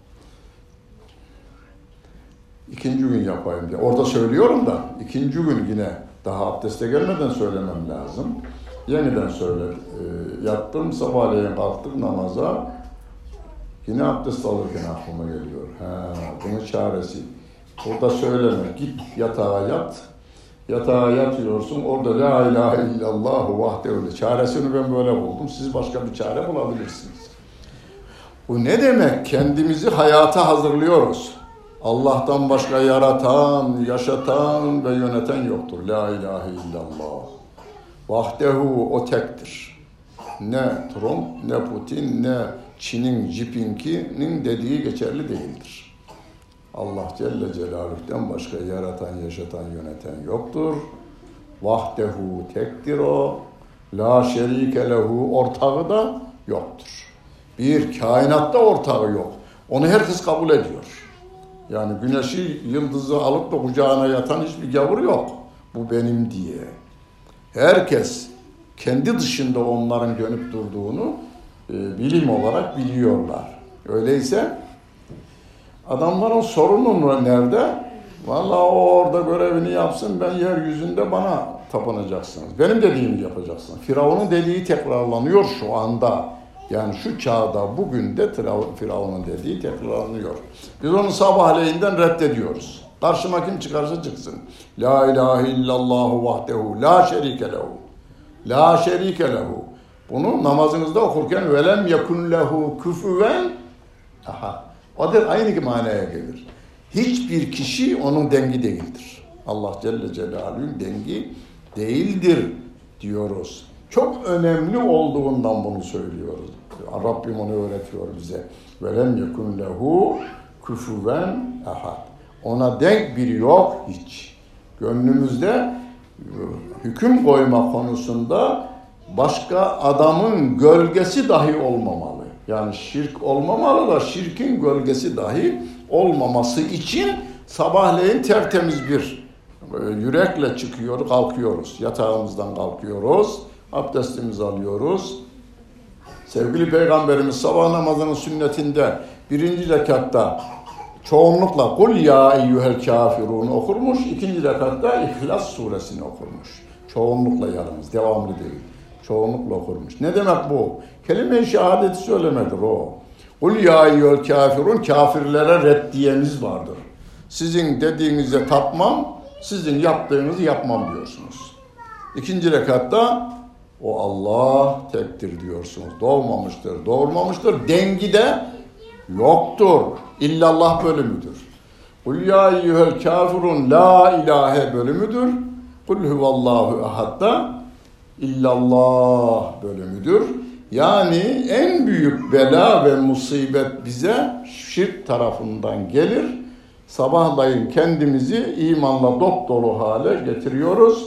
İkinci gün yapayım diye. Orada söylüyorum da ikinci gün yine daha abdeste gelmeden söylemem lazım. Yeniden söyle. E, yattım sabahleyin kalktık namaza. Yine abdest alırken aklıma geliyor. Ha, bunun çaresi. Orada söyleme. Git yatağa yat. Yatağa yatıyorsun. Orada la ilahe illallah vahdehu. Çaresini ben böyle buldum. Siz başka bir çare bulabilirsiniz. Bu ne demek? Kendimizi hayata hazırlıyoruz. Allah'tan başka yaratan, yaşatan ve yöneten yoktur. La ilahe illallah. Vahdehu o tektir. Ne Trump, ne Putin, ne Çin'in Jinping'inin dediği geçerli değildir. Allah Celle Celaluhu'dan başka yaratan, yaşatan, yöneten yoktur. Vahdehu tektir o. La şerike lehu ortağı da yoktur. Bir kainatta ortağı yok. Onu herkes kabul ediyor. Yani güneşi, yıldızı alıp da kucağına yatan hiçbir gavur yok. Bu benim diye. Herkes kendi dışında onların dönüp durduğunu e, bilim olarak biliyorlar. Öyleyse adamların sorunu nerede? Vallahi o orada görevini yapsın, ben yeryüzünde bana tapınacaksınız. Benim dediğimi yapacaksın. Firavun'un dediği tekrarlanıyor şu anda. Yani şu çağda, bugün de Firavun'un dediği tekrarlanıyor. Biz onu sabahleyinden reddediyoruz. Karşıma kim çıkarsa çıksın. La ilahe illallahu vahdehu, la şerike lehu. La şerike lehu. Bunu namazınızda okurken velem yekun lehu küfüven. Aha. O da aynı manaya gelir. Hiçbir kişi onun dengi değildir. Allah Celle Celaluhu'nun dengi değildir diyoruz. Çok önemli olduğundan bunu söylüyoruz. Rabbim onu öğretiyor bize. وَلَمْ يَكُنْ لَهُ كُفُوًا اَحَدٍ. Ona denk biri yok hiç. Gönlümüzde hüküm koyma konusunda başka adamın gölgesi dahi olmamalı. Yani şirk olmamalı da şirkin gölgesi dahi olmaması için sabahleyin tertemiz bir yürekle çıkıyor, kalkıyoruz. Yatağımızdan kalkıyoruz, abdestimizi alıyoruz. Sevgili Peygamberimiz sabah namazının sünnetinde birinci rekatta çoğunlukla Kul ya eyyuhel kafirun okurmuş, ikinci rekatta İhlas suresini okurmuş. Çoğunlukla yalnız, devamlı değil. Çoğunlukla okurmuş. Ne demek bu? Kelime-i şehadeti söylemedir o. Kul ya eyyuhel kafirun, kafirlere reddiyeniz vardır. Sizin dediğinize tapmam, sizin yaptığınızı yapmam diyorsunuz. İkinci rekatta o Allah tektir diyorsunuz. Doğmamıştır, doğurmamıştır. Dengi de yoktur. İllallah bölümüdür. Kul ya eyyuhel kafirun la ilahe bölümüdür. Kul huvallahu ahadda illallah bölümüdür. Yani en büyük bela ve musibet bize şirk tarafından gelir. Sabahlayın kendimizi imanla dopdolu hale getiriyoruz.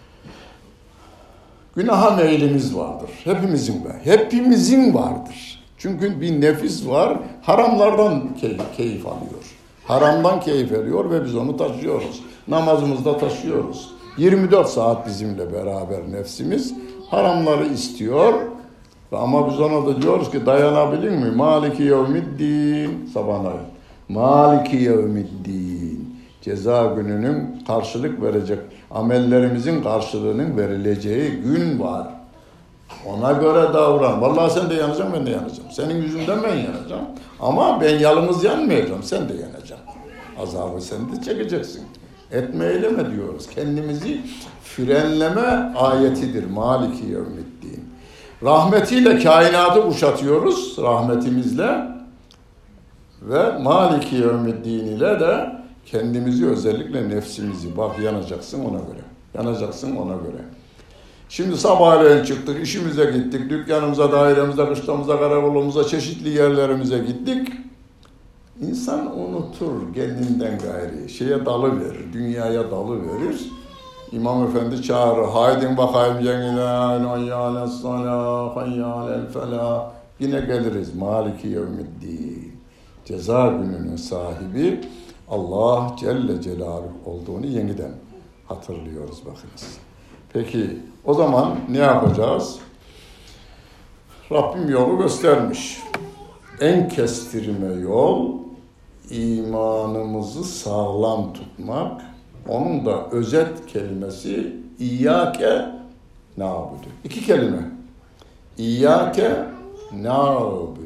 Günaha meylimiz vardır. Hepimizin var. Hepimizin vardır. Çünkü bir nefis var. Haramlardan keyif, keyif alıyor. Haramdan keyif alıyor ve biz onu taşıyoruz. Namazımızda taşıyoruz. yirmi dört saat bizimle beraber nefsimiz haramları istiyor. Ama biz ona da diyoruz ki dayanabilir mi? Maliki yevmiddin. Sabahleyin. Maliki yevmiddin. Ceza gününün karşılık verecek, amellerimizin karşılığının verileceği gün var. Ona göre davran. Vallahi sen de yanacaksın, ben de yanacağım. Senin yüzünden ben yanacağım. Ama ben yalnız yanmayacağım, sen de yanacaksın. Azabı sen de çekeceksin. Etme eyleme diyoruz. Kendimizi frenleme ayetidir. Maliki yevmiddin. Rahmetiyle kainatı kuşatıyoruz, rahmetimizle. Ve Maliki yevmiddin ile de kendimizi, özellikle nefsimizi, bak yanacaksın ona göre. Yanacaksın ona göre. Şimdi sabahleyin çıktık, işimize gittik, dükkanımıza, dairemize, kışlamıza, karakolumuza, çeşitli yerlerimize gittik. İnsan unutur kendinden gayri. Şeye dalıverir, dünyaya dalıverir. İmam Efendi çağırır. Haydin bakayım yengiler, hayyâle salâh, hayyâle felâh. Yine geliriz. Maliki yevmiddin. Ceza gününün sahibi Allah Celle Celaluhu olduğunu yeniden hatırlıyoruz bakınız. Peki o zaman ne yapacağız? Rabbim yolu göstermiş. En kestirme yol imanımızı sağlam tutmak. Onun da özet kelimesi İyyâke na'budu. İki kelime. İyyâke na'budu.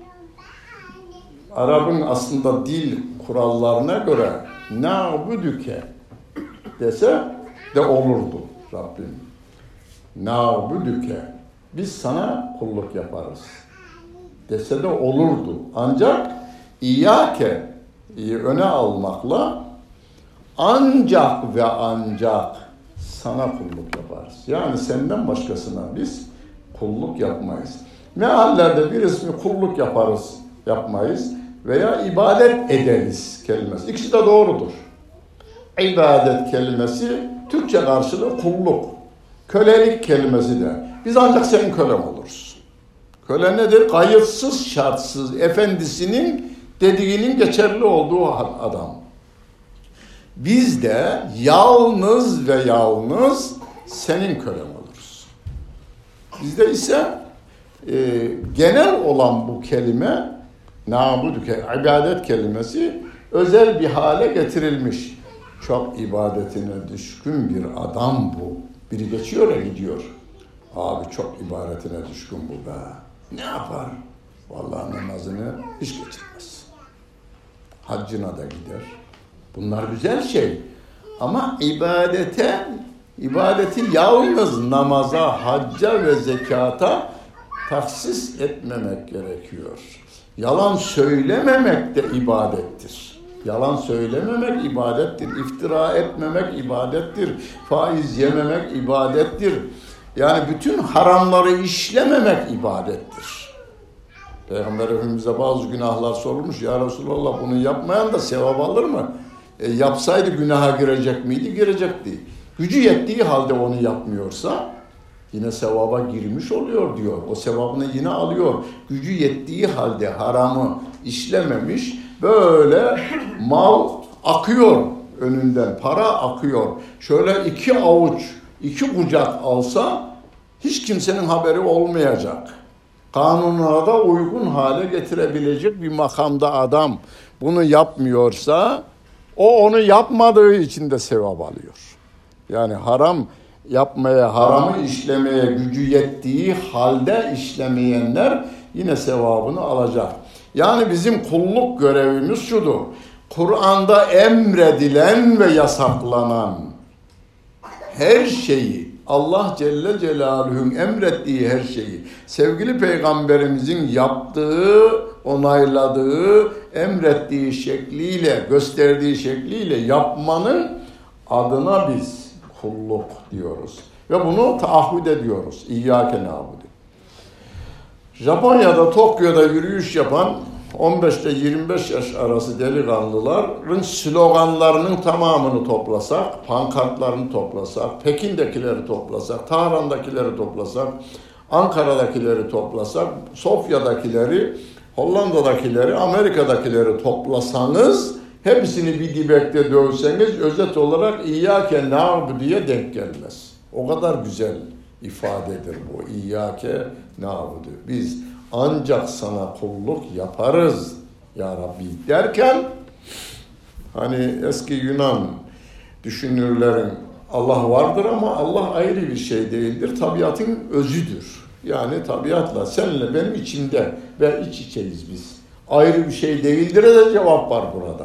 Arap'ın aslında dil kurallarına göre na'buduke dese de olurdu Rabbim. Na'buduke. Biz sana kulluk yaparız dese de olurdu. Ancak İyyâke öne almakla ancak ve ancak sana kulluk yaparız. Yani senden başkasına biz kulluk yapmayız. Meallerde bir ismi kulluk yaparız, yapmayız veya ibadet ederiz kelimesi. İkisi de doğrudur. İbadet kelimesi Türkçe karşılığı kulluk. Kölelik kelimesi de. Biz ancak senin kölen oluruz. Köle nedir? Kayıtsız, şartsız, efendisinin dediğinin geçerli olduğu adam. Biz de yalnız ve yalnız senin kölen oluruz. Bizde ise e, genel olan bu kelime, na'buduke, ibadet kelimesi özel bir hale getirilmiş. Çok ibadetine düşkün bir adam bu. Biri geçiyor ya gidiyor. Abi çok ibadetine düşkün bu be. Ne yapar? Vallahi namazını hiç geçirmez. Haccına da gider. Bunlar güzel şey. Ama ibadete, ibadeti yalnız namaza, hacca ve zekata tahsis etmemek gerekiyor. Yalan söylememek de ibadettir. Yalan söylememek ibadettir. İftira etmemek ibadettir. Faiz yememek ibadettir. Yani bütün haramları işlememek ibadettir. Peygamber Efendimiz'e bazı günahlar sorulmuş. Ya Resulallah, bunu yapmayan da sevap alır mı? E, yapsaydı günaha girecek miydi? Girecekti. Gücü yettiği halde onu yapmıyorsa yine sevaba girmiş oluyor diyor. O sevabını yine alıyor. Gücü yettiği halde haramı işlememiş. Böyle mal akıyor önünden. Para akıyor. Şöyle iki avuç, iki kucak alsa hiç kimsenin haberi olmayacak. Kanunlara da uygun hale getirebilecek bir makamda adam bunu yapmıyorsa o onu yapmadığı için de sevap alıyor. Yani haram yapmaya, haramı işlemeye gücü yettiği halde işlemeyenler yine sevabını alacak. Yani bizim kulluk görevimiz şudur. Kur'an'da emredilen ve yasaklanan her şeyi, Allah Celle Celaluhu'nun emrettiği her şeyi, sevgili Peygamberimizin yaptığı, onayladığı, emrettiği şekliyle, gösterdiği şekliyle yapmanın adına biz kulluk diyoruz. Ve bunu taahhüt ediyoruz. İyyâke na'budu. Japonya'da, Tokyo'da yürüyüş yapan on beş ile yirmi beş yaş arası delikanlıların sloganlarının tamamını toplasak, pankartlarını toplasak, Pekin'dekileri toplasak, Tahran'dakileri toplasak, Ankara'dakileri toplasak, Sofya'dakileri, Hollanda'dakileri, Amerika'dakileri toplasanız, hepsini bir dibekte dövseniz özet olarak İyyâke na'budu'ya denk gelmez. O kadar güzel ifadedir bu. İyyâke na'budu. Biz ancak sana kulluk yaparız ya Rabbi derken, hani eski Yunan düşünürlerin Allah vardır ama Allah ayrı bir şey değildir. Tabiatın özüdür. Yani tabiatla, seninle benim içimde ve iç içeyiz biz. Ayrı bir şey değildir de cevap var burada.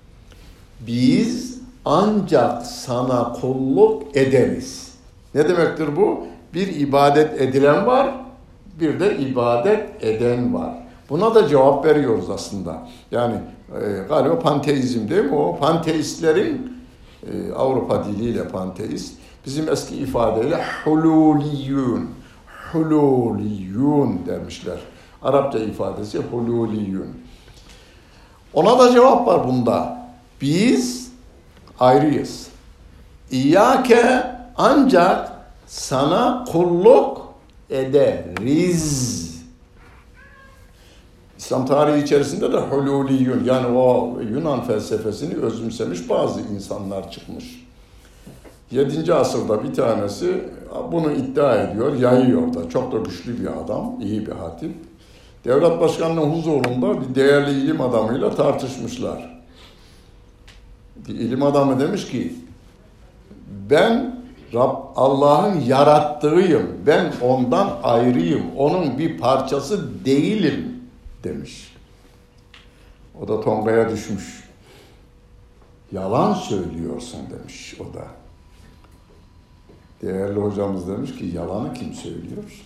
Biz ancak sana kulluk ederiz. Ne demektir bu? Bir ibadet edilen var, bir de ibadet eden var. Buna da cevap veriyoruz aslında. Yani e, galiba panteizm değil mi o? Panteistlerin e, Avrupa diliyle panteist, bizim eski ifadeyle hululiyun, hululiyun demişler. Arapça ifadesi hululiyun. Ona da cevap var bunda. Biz ayrıyız. İyyâke ancak sana kulluk ederiz. İslam tarihi içerisinde de hululiyun, yani o Yunan felsefesini özümsemiş bazı insanlar çıkmış. yedinci asırda bir tanesi bunu iddia ediyor, yayıyor da. Çok da güçlü bir adam, iyi bir hatip. Devlet başkanının huzurunda bir değerli ilim adamıyla tartışmışlar. Bir ilim adamı demiş ki, ben Rab, Allah'ın yarattığıyım, ben ondan ayrıyım, onun bir parçası değilim demiş. O da tongaya düşmüş. Yalan söylüyorsun demiş o da. Değerli hocamız demiş ki, yalanı kim söylüyor?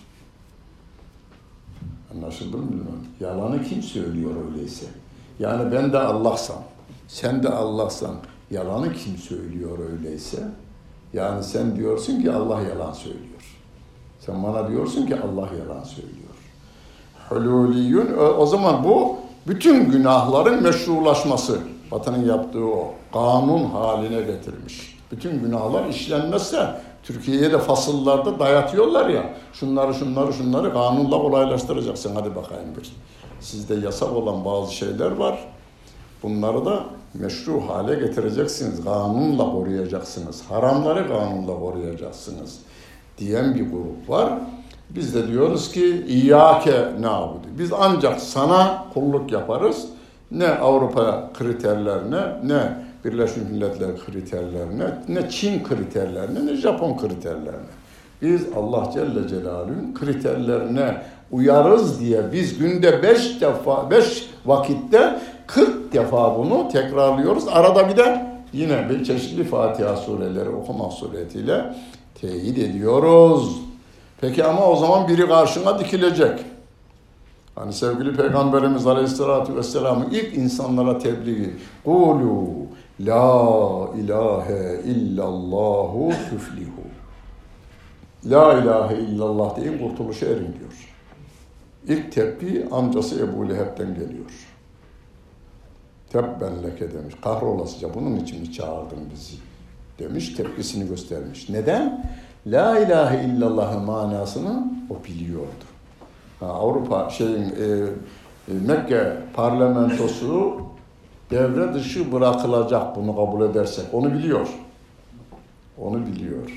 Anlaşıldı mı bilmiyorum. Yalanı kim söylüyor öyleyse? Yani ben de Allah'sam, sen de Allah'san, yalanı kim söylüyor öyleyse? Yani sen diyorsun ki Allah yalan söylüyor. Sen bana diyorsun ki Allah yalan söylüyor. Hululiyun, o zaman bu bütün günahların meşrulaşması. Batı'nın yaptığı o. Kanun haline getirmiş. Bütün günahlar işlenmezse, Türkiye'ye de fasıllarda dayatıyorlar ya, şunları şunları şunları kanunla kolaylaştıracaksın, hadi bakayım bir. Sizde yasak olan bazı şeyler var. Bunları da meşru hale getireceksiniz. Kanunla koruyacaksınız. Haramları kanunla koruyacaksınız diyen bir grup var. Biz de diyoruz ki İyyâke na'budu. Biz ancak sana kulluk yaparız. Ne Avrupa kriterlerine, ne Birleşmiş Milletler kriterlerine, ne Çin kriterlerine, ne Japon kriterlerine. Biz Allah Celle Celaluhu'nun kriterlerine uyarız diye biz günde beş defa, beş vakitte kırk defa bunu tekrarlıyoruz. Arada bir de yine bir çeşitli Fatiha sureleri okumak suretiyle teyit ediyoruz. Peki ama o zaman biri karşına dikilecek. Hani sevgili Peygamberimiz Aleyhisselatü Vesselam'ın ilk insanlara tebliği "Kulu la ilahe illallahu tuflihu." La ilahe illallah deyin, kurtuluşa erin diyor. İlk tepki amcası Ebu Leheb'den geliyor. Tebben leke demiş. Kahrolasıca bunun için mi çağırdın bizi? Demiş, tepkisini göstermiş. Neden? La ilahe illallah'ın manasını o biliyordu. Ha, Avrupa şeyin e, e, Mekke parlamentosu devre dışı bırakılacak bunu kabul edersek. Onu biliyor. Onu biliyor.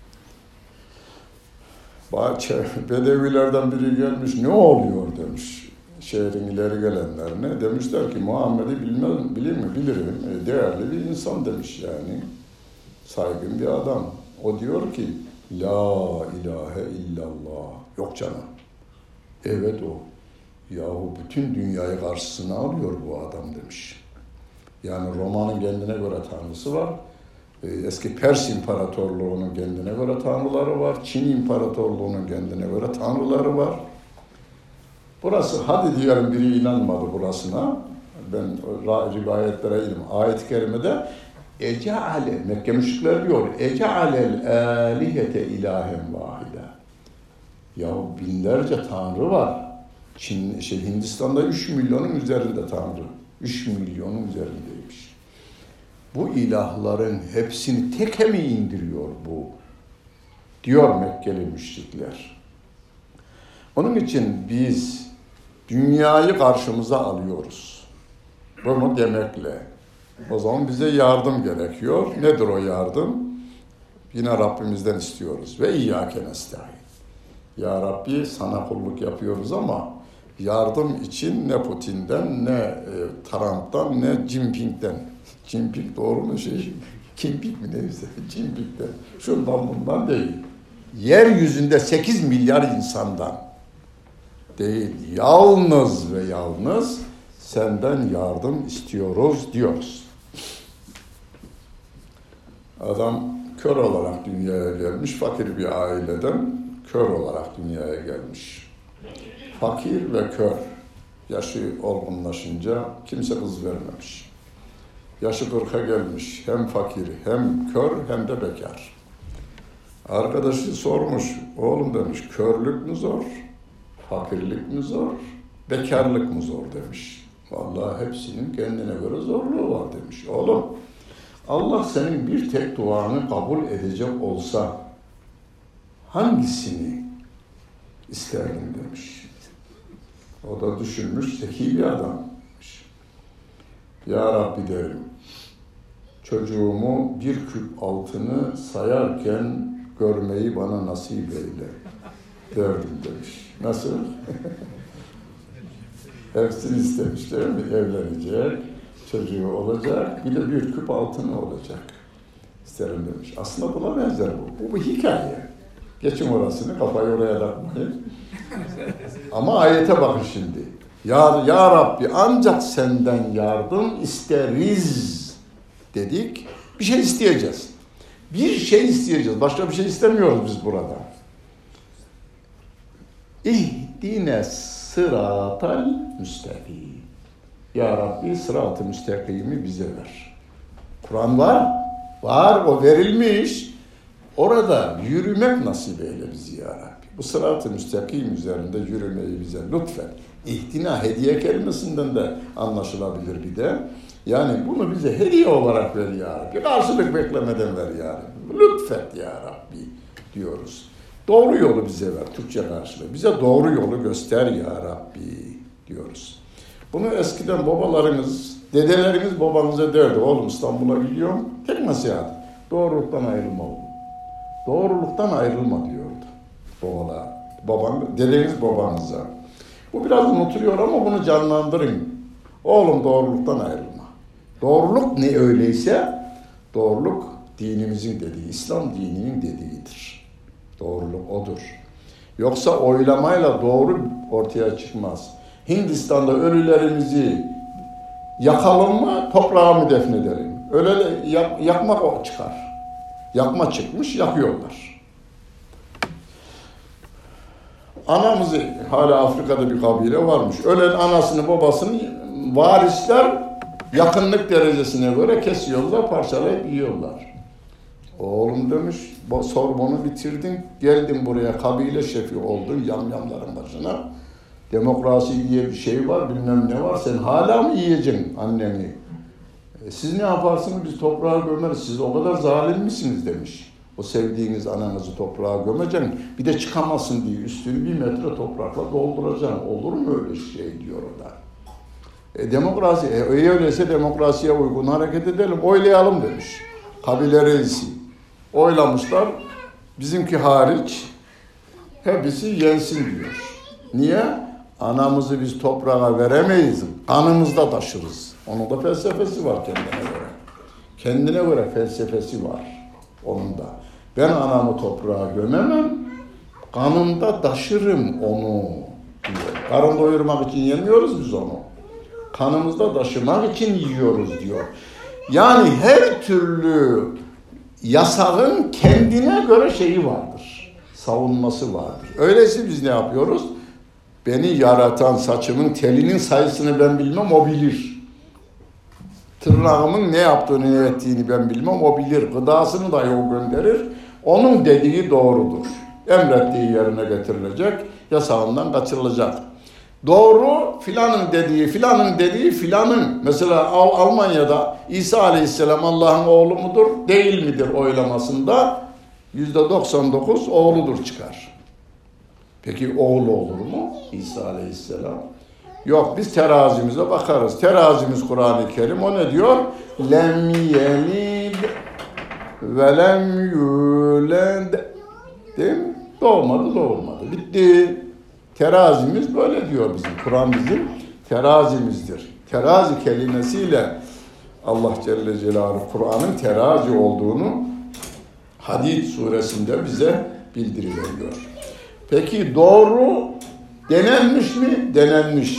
Bahçe, Bedevilerden biri gelmiş, ne oluyor demiş. Şehrin ileri gelenlerine. Demişler ki Muhammed'i bilmem, bilir mi? Bilirim. E, değerli bir insan demiş yani. Saygın bir adam. O diyor ki la ilahe illallah. Yok canım. Evet o. Yahu bütün dünyayı karşısına alıyor bu adam demiş. Yani Roma'nın kendine göre tanrısı var. Eski Pers İmparatorluğu'nun kendine göre tanrıları var. Çin İmparatorluğu'nun kendine göre tanrıları var. Burası, hadi diyelim biri inanmadı burasına. Ben rivayetlere ilim. Ayet-i kerimede Ece'ale, Mekke müşrikler diyor, Ece'alel âlihete ilahen vahide. Ya binlerce tanrı var. Çin, şey, Hindistan'da üç milyonun üzerinde tanrı. üç milyonun üzerindeymiş. Bu ilahların hepsini teke mi indiriyor bu? Diyor Mekkeli müşrikler. Onun için biz dünyayı karşımıza alıyoruz. Bunu demekle. O zaman bize yardım gerekiyor. Nedir o yardım? Yine Rabbimizden istiyoruz. Ve İyyâke nestaîn. Ya Rabbi sana kulluk yapıyoruz ama yardım için ne Putin'den, ne e, Trump'tan, ne Jinping'den. Jinping doğru mu şey? Kimping mi neyse? Jinping'den. Şundan bundan değil. Yeryüzünde sekiz milyar insandan değil. Yalnız ve yalnız senden yardım istiyoruz diyoruz. Adam kör olarak dünyaya gelmiş, fakir bir aileden kör olarak dünyaya gelmiş. Fakir ve kör. Yaşı olgunlaşınca kimse kız vermemiş. Yaşı kırka gelmiş. Hem fakir, hem kör, hem de bekar. Arkadaşı sormuş. Oğlum demiş, körlük mü zor? Fakirlik mi zor? Bekarlık mı zor demiş. Vallahi hepsinin kendine göre zorluğu var demiş. Oğlum, Allah senin bir tek duanı kabul edecek olsa hangisini isterdin demiş. O da düşünmüş, zeki bir adammış. Ya Rabbi derim, çocuğumu bir küp altını sayarken görmeyi bana nasip eyle derdim demiş. Nasıl? Hepsini istemiş değil mi? Evlenecek, çocuğu olacak, bir de bir küp altını olacak. İsterim demiş. Aslında buna benzer bu. Bu bir hikaye. Geçin orasını, kafayı oraya takmayın. Ama ayete bakın şimdi. Ya, ya Rabbi ancak senden yardım isteriz dedik. Bir şey isteyeceğiz. Bir şey isteyeceğiz. Başka bir şey istemiyoruz biz burada. İhdine sıratal müstakim. Ya Rabbi sırat-ı müstakimi bize ver. Kur'an var. Var, o verilmiş. Orada yürümek nasip eyle bizi ya Rabbi. Bu sırat-ı müstakim üzerinde yürümeyi bize lütfen. İhtina hediye kelimesinden de anlaşılabilir bir de. Yani bunu bize hediye olarak ver ya Rabbi. Karşılık beklemeden ver ya Rabbi. Lütfet ya Rabbi diyoruz. Doğru yolu bize ver, Türkçe karşılığı. Bize doğru yolu göster ya Rabbi diyoruz. Bunu eskiden babalarınız, dedeleriniz babanıza derdi. Oğlum İstanbul'a gidiyorum. Tek nasihat. Doğruluktan ayrılma oğlum. Doğruluktan ayrılma diyordu babalar. Baban, dedeniz babanıza. Bu biraz unutuluyor ama bunu canlandırın. Oğlum doğruluktan ayrılma. Doğruluk ne öyleyse doğruluk dinimizin dediği, İslam dininin dediğidir. Doğruluk odur. Yoksa oylamayla doğru ortaya çıkmaz. Hindistan'da ölülerimizi yakalım mı, toprağa mı defnedelim? Öyle yak, yakmak o çıkar. Yakma çıkmış, yakıyorlar. Anamızı, hala Afrika'da bir kabile varmış. Ölen anasını babasını varisler yakınlık derecesine göre kesiyorlar, parçalayıp yiyorlar. Oğlum demiş, Sorbon'u bitirdin, geldin buraya kabile şefi oldun yamyamların başına. Demokrasi diye bir şey var, bilmem ne var, sen hala mı yiyeceksin anneni? E, siz ne yaparsınız, biz toprağa gömeriz, siz o kadar zalim misiniz demiş. O sevdiğiniz ananızı toprağa gömeceksin, bir de çıkamasın diye üstünü bir metre toprakla dolduracaksın. Olur mu öyle şey diyor o da. E, demokrasi, e, öyleyse demokrasiye uygun hareket edelim, oylayalım demiş. Kabile reisi. Oylamışlar, bizimki hariç hepsi yensin diyor. Niye? Anamızı biz toprağa veremeyiz, kanımızda taşırız. Onun da felsefesi var kendine göre. Kendine göre felsefesi var onun da. Ben anamı toprağa gömemem, kanımda taşırım onu diyor. Karın doyurmak için yemiyoruz biz onu. Kanımızda taşımak için yiyoruz diyor. Yani her türlü yasağın kendine göre şeyi vardır. Savunması vardır. Öyleyse biz ne yapıyoruz? Beni yaratan saçımın telinin sayısını ben bilmem, o bilir. Tırnağımın ne yaptığını, ne ettiğini ben bilmem, o bilir. Gıdasını dahi o gönderir. Onun dediği doğrudur. Emrettiği yerine getirilecek, yasağından kaçırılacak. Doğru, filanın dediği, filanın dediği, filanın. Mesela Al- Almanya'da İsa Aleyhisselam Allah'ın oğlu mudur, değil midir oylamasında yüzde doksan dokuz oğludur çıkar. Peki oğlu olur mu İsa Aleyhisselam? Yok, biz terazimize bakarız. Terazimiz Kur'an-ı Kerim, o ne diyor? Lem yelid ve lem yulad. Değil mi? Doğmadı, doğurmadı. Bitti. Terazimiz böyle diyor bizim. Kur'an bizim terazimizdir. Terazi kelimesiyle Allah Celle Celaluhu Kur'an'ın terazi olduğunu Hadid suresinde bize bildiriliyor. Peki doğru denenmiş mi? Denenmiş.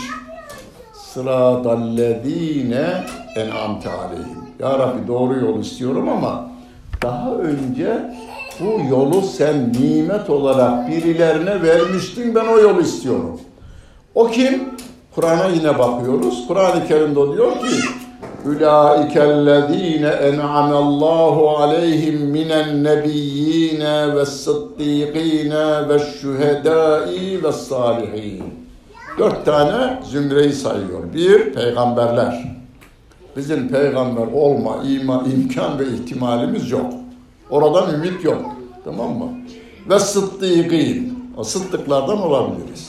Sıratallezîne en'amte aleyhim. Ya Rabbi doğru yol istiyorum ama daha önce bu yolu sen nimet olarak birilerine vermiştin, ben o yolu istiyorum. O kim? Kur'an'a yine bakıyoruz. Kur'an-ı Kerim'de diyor ki Ulaikellezîne en'amallahu aleyhim minen nebiyyîne ve's-sıddîkîne ve'ş-şühedâi ve's-sâlihîn. Dört tane zümreyi sayıyor. Bir, peygamberler. Bizim peygamber olma, ima, imkan ve ihtimalimiz yok. Oradan ümit yok. Tamam mı? Ve sıddîkîn. O sıddıklardan olabiliriz.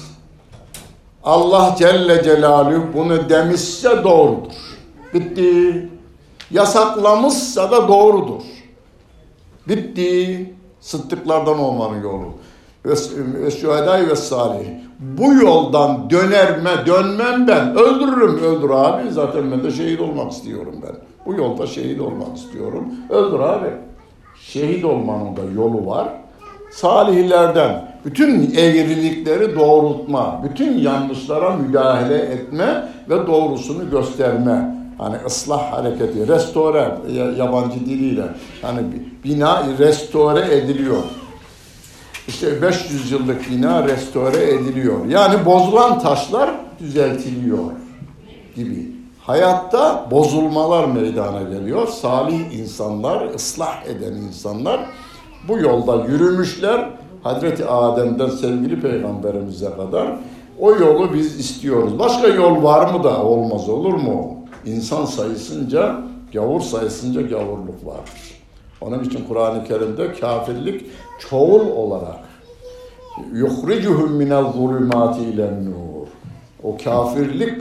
Allah Celle Celaluhu bunu demişse doğrudur. Bitti. Yasaklamışsa da doğrudur. Bitti. Sıddıklardan olmanın yolu. Ve şühedâi ve salih. Bu yoldan dönerme, dönmem ben. Öldürürüm, öldür abi. Zaten ben de şehit olmak istiyorum ben. Bu yolda şehit olmak istiyorum. Öldür abi. Şehit olmanın da yolu var. Salihlerden bütün eğrilikleri doğrultma, bütün yanlışlara müdahale etme ve doğrusunu gösterme. Hani ıslah hareketi, restore, yabancı diliyle. Hani bina restore ediliyor. İşte beş yüz yıllık bina restore ediliyor. Yani bozulan taşlar düzeltiliyor gibi. Hayatta bozulmalar meydana geliyor. Salih insanlar, ıslah eden insanlar bu yolda yürümüşler. Hazreti Adem'den sevgili peygamberimize kadar o yolu biz istiyoruz. Başka yol var mı da olmaz olur mu? İnsan sayısınca, gavur sayısınca gavurluk vardır. Onun için Kur'an-ı Kerim'de kafirlik çoğul olarak yuhricuhum minel zulümati ilen nur. O kafirlik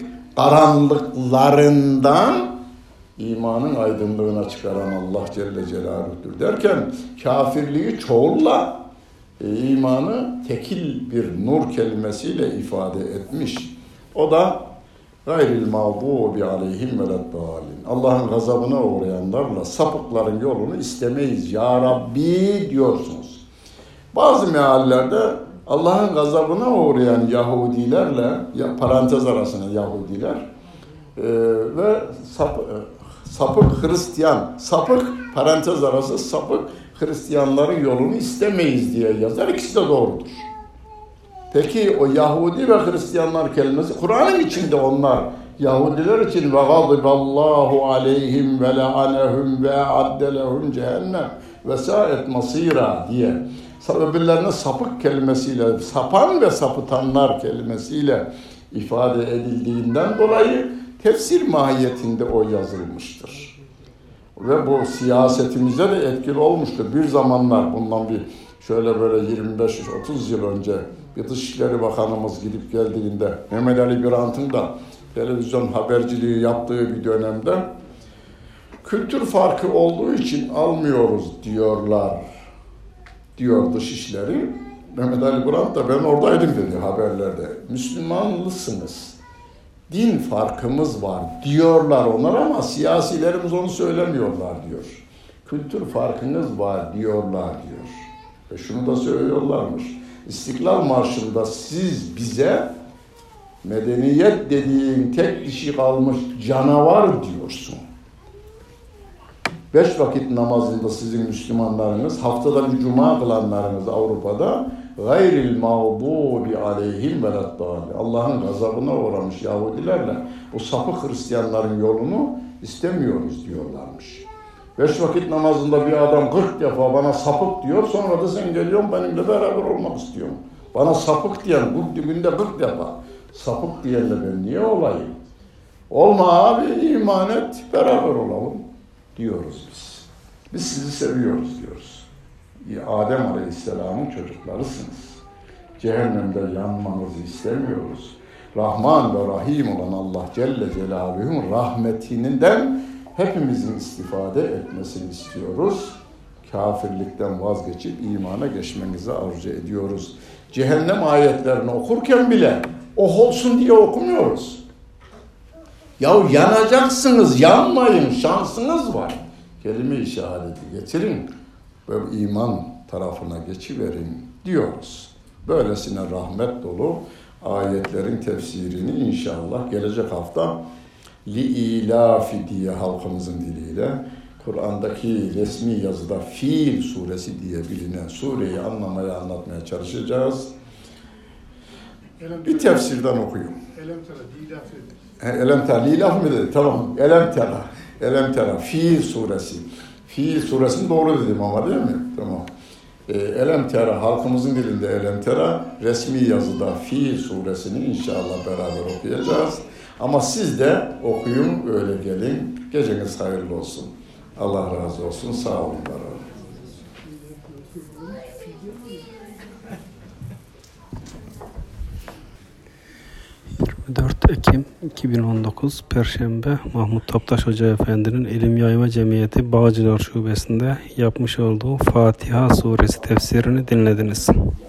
karanlıklarından imanın aydınlığına çıkaran Allah Celle Celaluhu'dur derken kafirliği çoğulla e, imanı tekil bir nur kelimesiyle ifade etmiş. O da gayril mağdubi aleyhim veleddâlin. Allah'ın gazabına uğrayanlarla sapıkların yolunu istemeyiz ya Rabbi diyorsunuz. Bazı meallerde Allah'ın gazabına uğrayan Yahudilerle, ya, parantez arasına Yahudiler e, ve sap, e, sapık Hristiyan, sapık parantez arası sapık Hristiyanların yolunu istemeyiz diye yazar. İkisi de doğrudur. Peki o Yahudi ve Hristiyanlar kelimesi, Kur'an'ın içinde onlar Yahudiler için ve gadiballahu aleyhim ve le'anehum ve addelehum cehennem ve sa'et masira diye birbirlerine sapık kelimesiyle, sapan ve sapıtanlar kelimesiyle ifade edildiğinden dolayı tefsir mahiyetinde o yazılmıştır. Ve bu siyasetimize de etkili olmuştur. Bir zamanlar bundan bir şöyle böyle yirmi beş otuz yıl önce bir Dışişleri Bakanımız gidip geldiğinde Mehmet Ali Birant'ın da televizyon haberciliği yaptığı bir dönemde kültür farkı olduğu için almıyoruz diyorlar diyor Dışişleri. Mehmet Ali Birant da ben oradaydım dedi haberlerde. Müslümanlısınız. Din farkımız var diyorlar onlar ama siyasilerimiz onu söylemiyorlar diyor. Kültür farkınız var diyorlar diyor. Ve şunu da söylüyorlarmış. İstiklal Marşı'nda siz bize medeniyet dediğin tek dişi kalmış canavar diyorsun. Beş vakit namazında sizin Müslümanlarınız, haftada bir cuma kılanlarınız Avrupa'da gayril mağdubi aleyhim veleddâli. Allah'ın gazabına uğramış Yahudilerle bu sapık Hristiyanların yolunu istemiyoruz diyorlarmış. Beş vakit namazında bir adam kırk defa bana sapık diyor, sonra da sen geliyorsun benimle beraber olmak istiyorsun. Bana sapık diyen günde kırk defa sapık diyenle ben niye olayım? Olma abi, iman et, beraber olalım diyoruz biz. Biz sizi seviyoruz diyoruz. Adem Aleyhisselam'ın çocuklarısınız. Cehennemde yanmanızı istemiyoruz. Rahman ve Rahim olan Allah Celle Celaluhu'nun rahmetinden hepimizin istifade etmesini istiyoruz. Kafirlikten vazgeçip imana geçmenizi arzu ediyoruz. Cehennem ayetlerini okurken bile oh olsun diye okumuyoruz. Ya yanacaksınız, yanmayın, şansınız var. Kelime-i şehadeti getirin ve iman tarafına geçiverin diyoruz. Böylesine rahmet dolu ayetlerin tefsirini inşallah gelecek hafta li-ilafi diye halkımızın diliyle Kur'an'daki resmi yazıda Fil suresi diye bilinen sureyi anlamaya, anlatmaya çalışacağız. Bir tefsirden okuyun. Elem tera, lilaf mı dedi? Tamam. Elem tera. Elem tera. Fil suresi. Fil suresini doğru dedim ama değil mi? Tamam. E, Elem tera, halkımızın dilinde Elem tera, resmi yazıda Fil suresini inşallah beraber okuyacağız. Ama siz de okuyun, öyle gelin. Geceniz hayırlı olsun. Allah razı olsun. Sağ olun. yirmi dört Ekim iki bin on dokuz Perşembe Mahmut Toptaş Hoca Efendi'nin İlim Yayma Cemiyeti Bağcılar Şubesi'nde yapmış olduğu Fatiha Suresi tefsirini dinlediniz.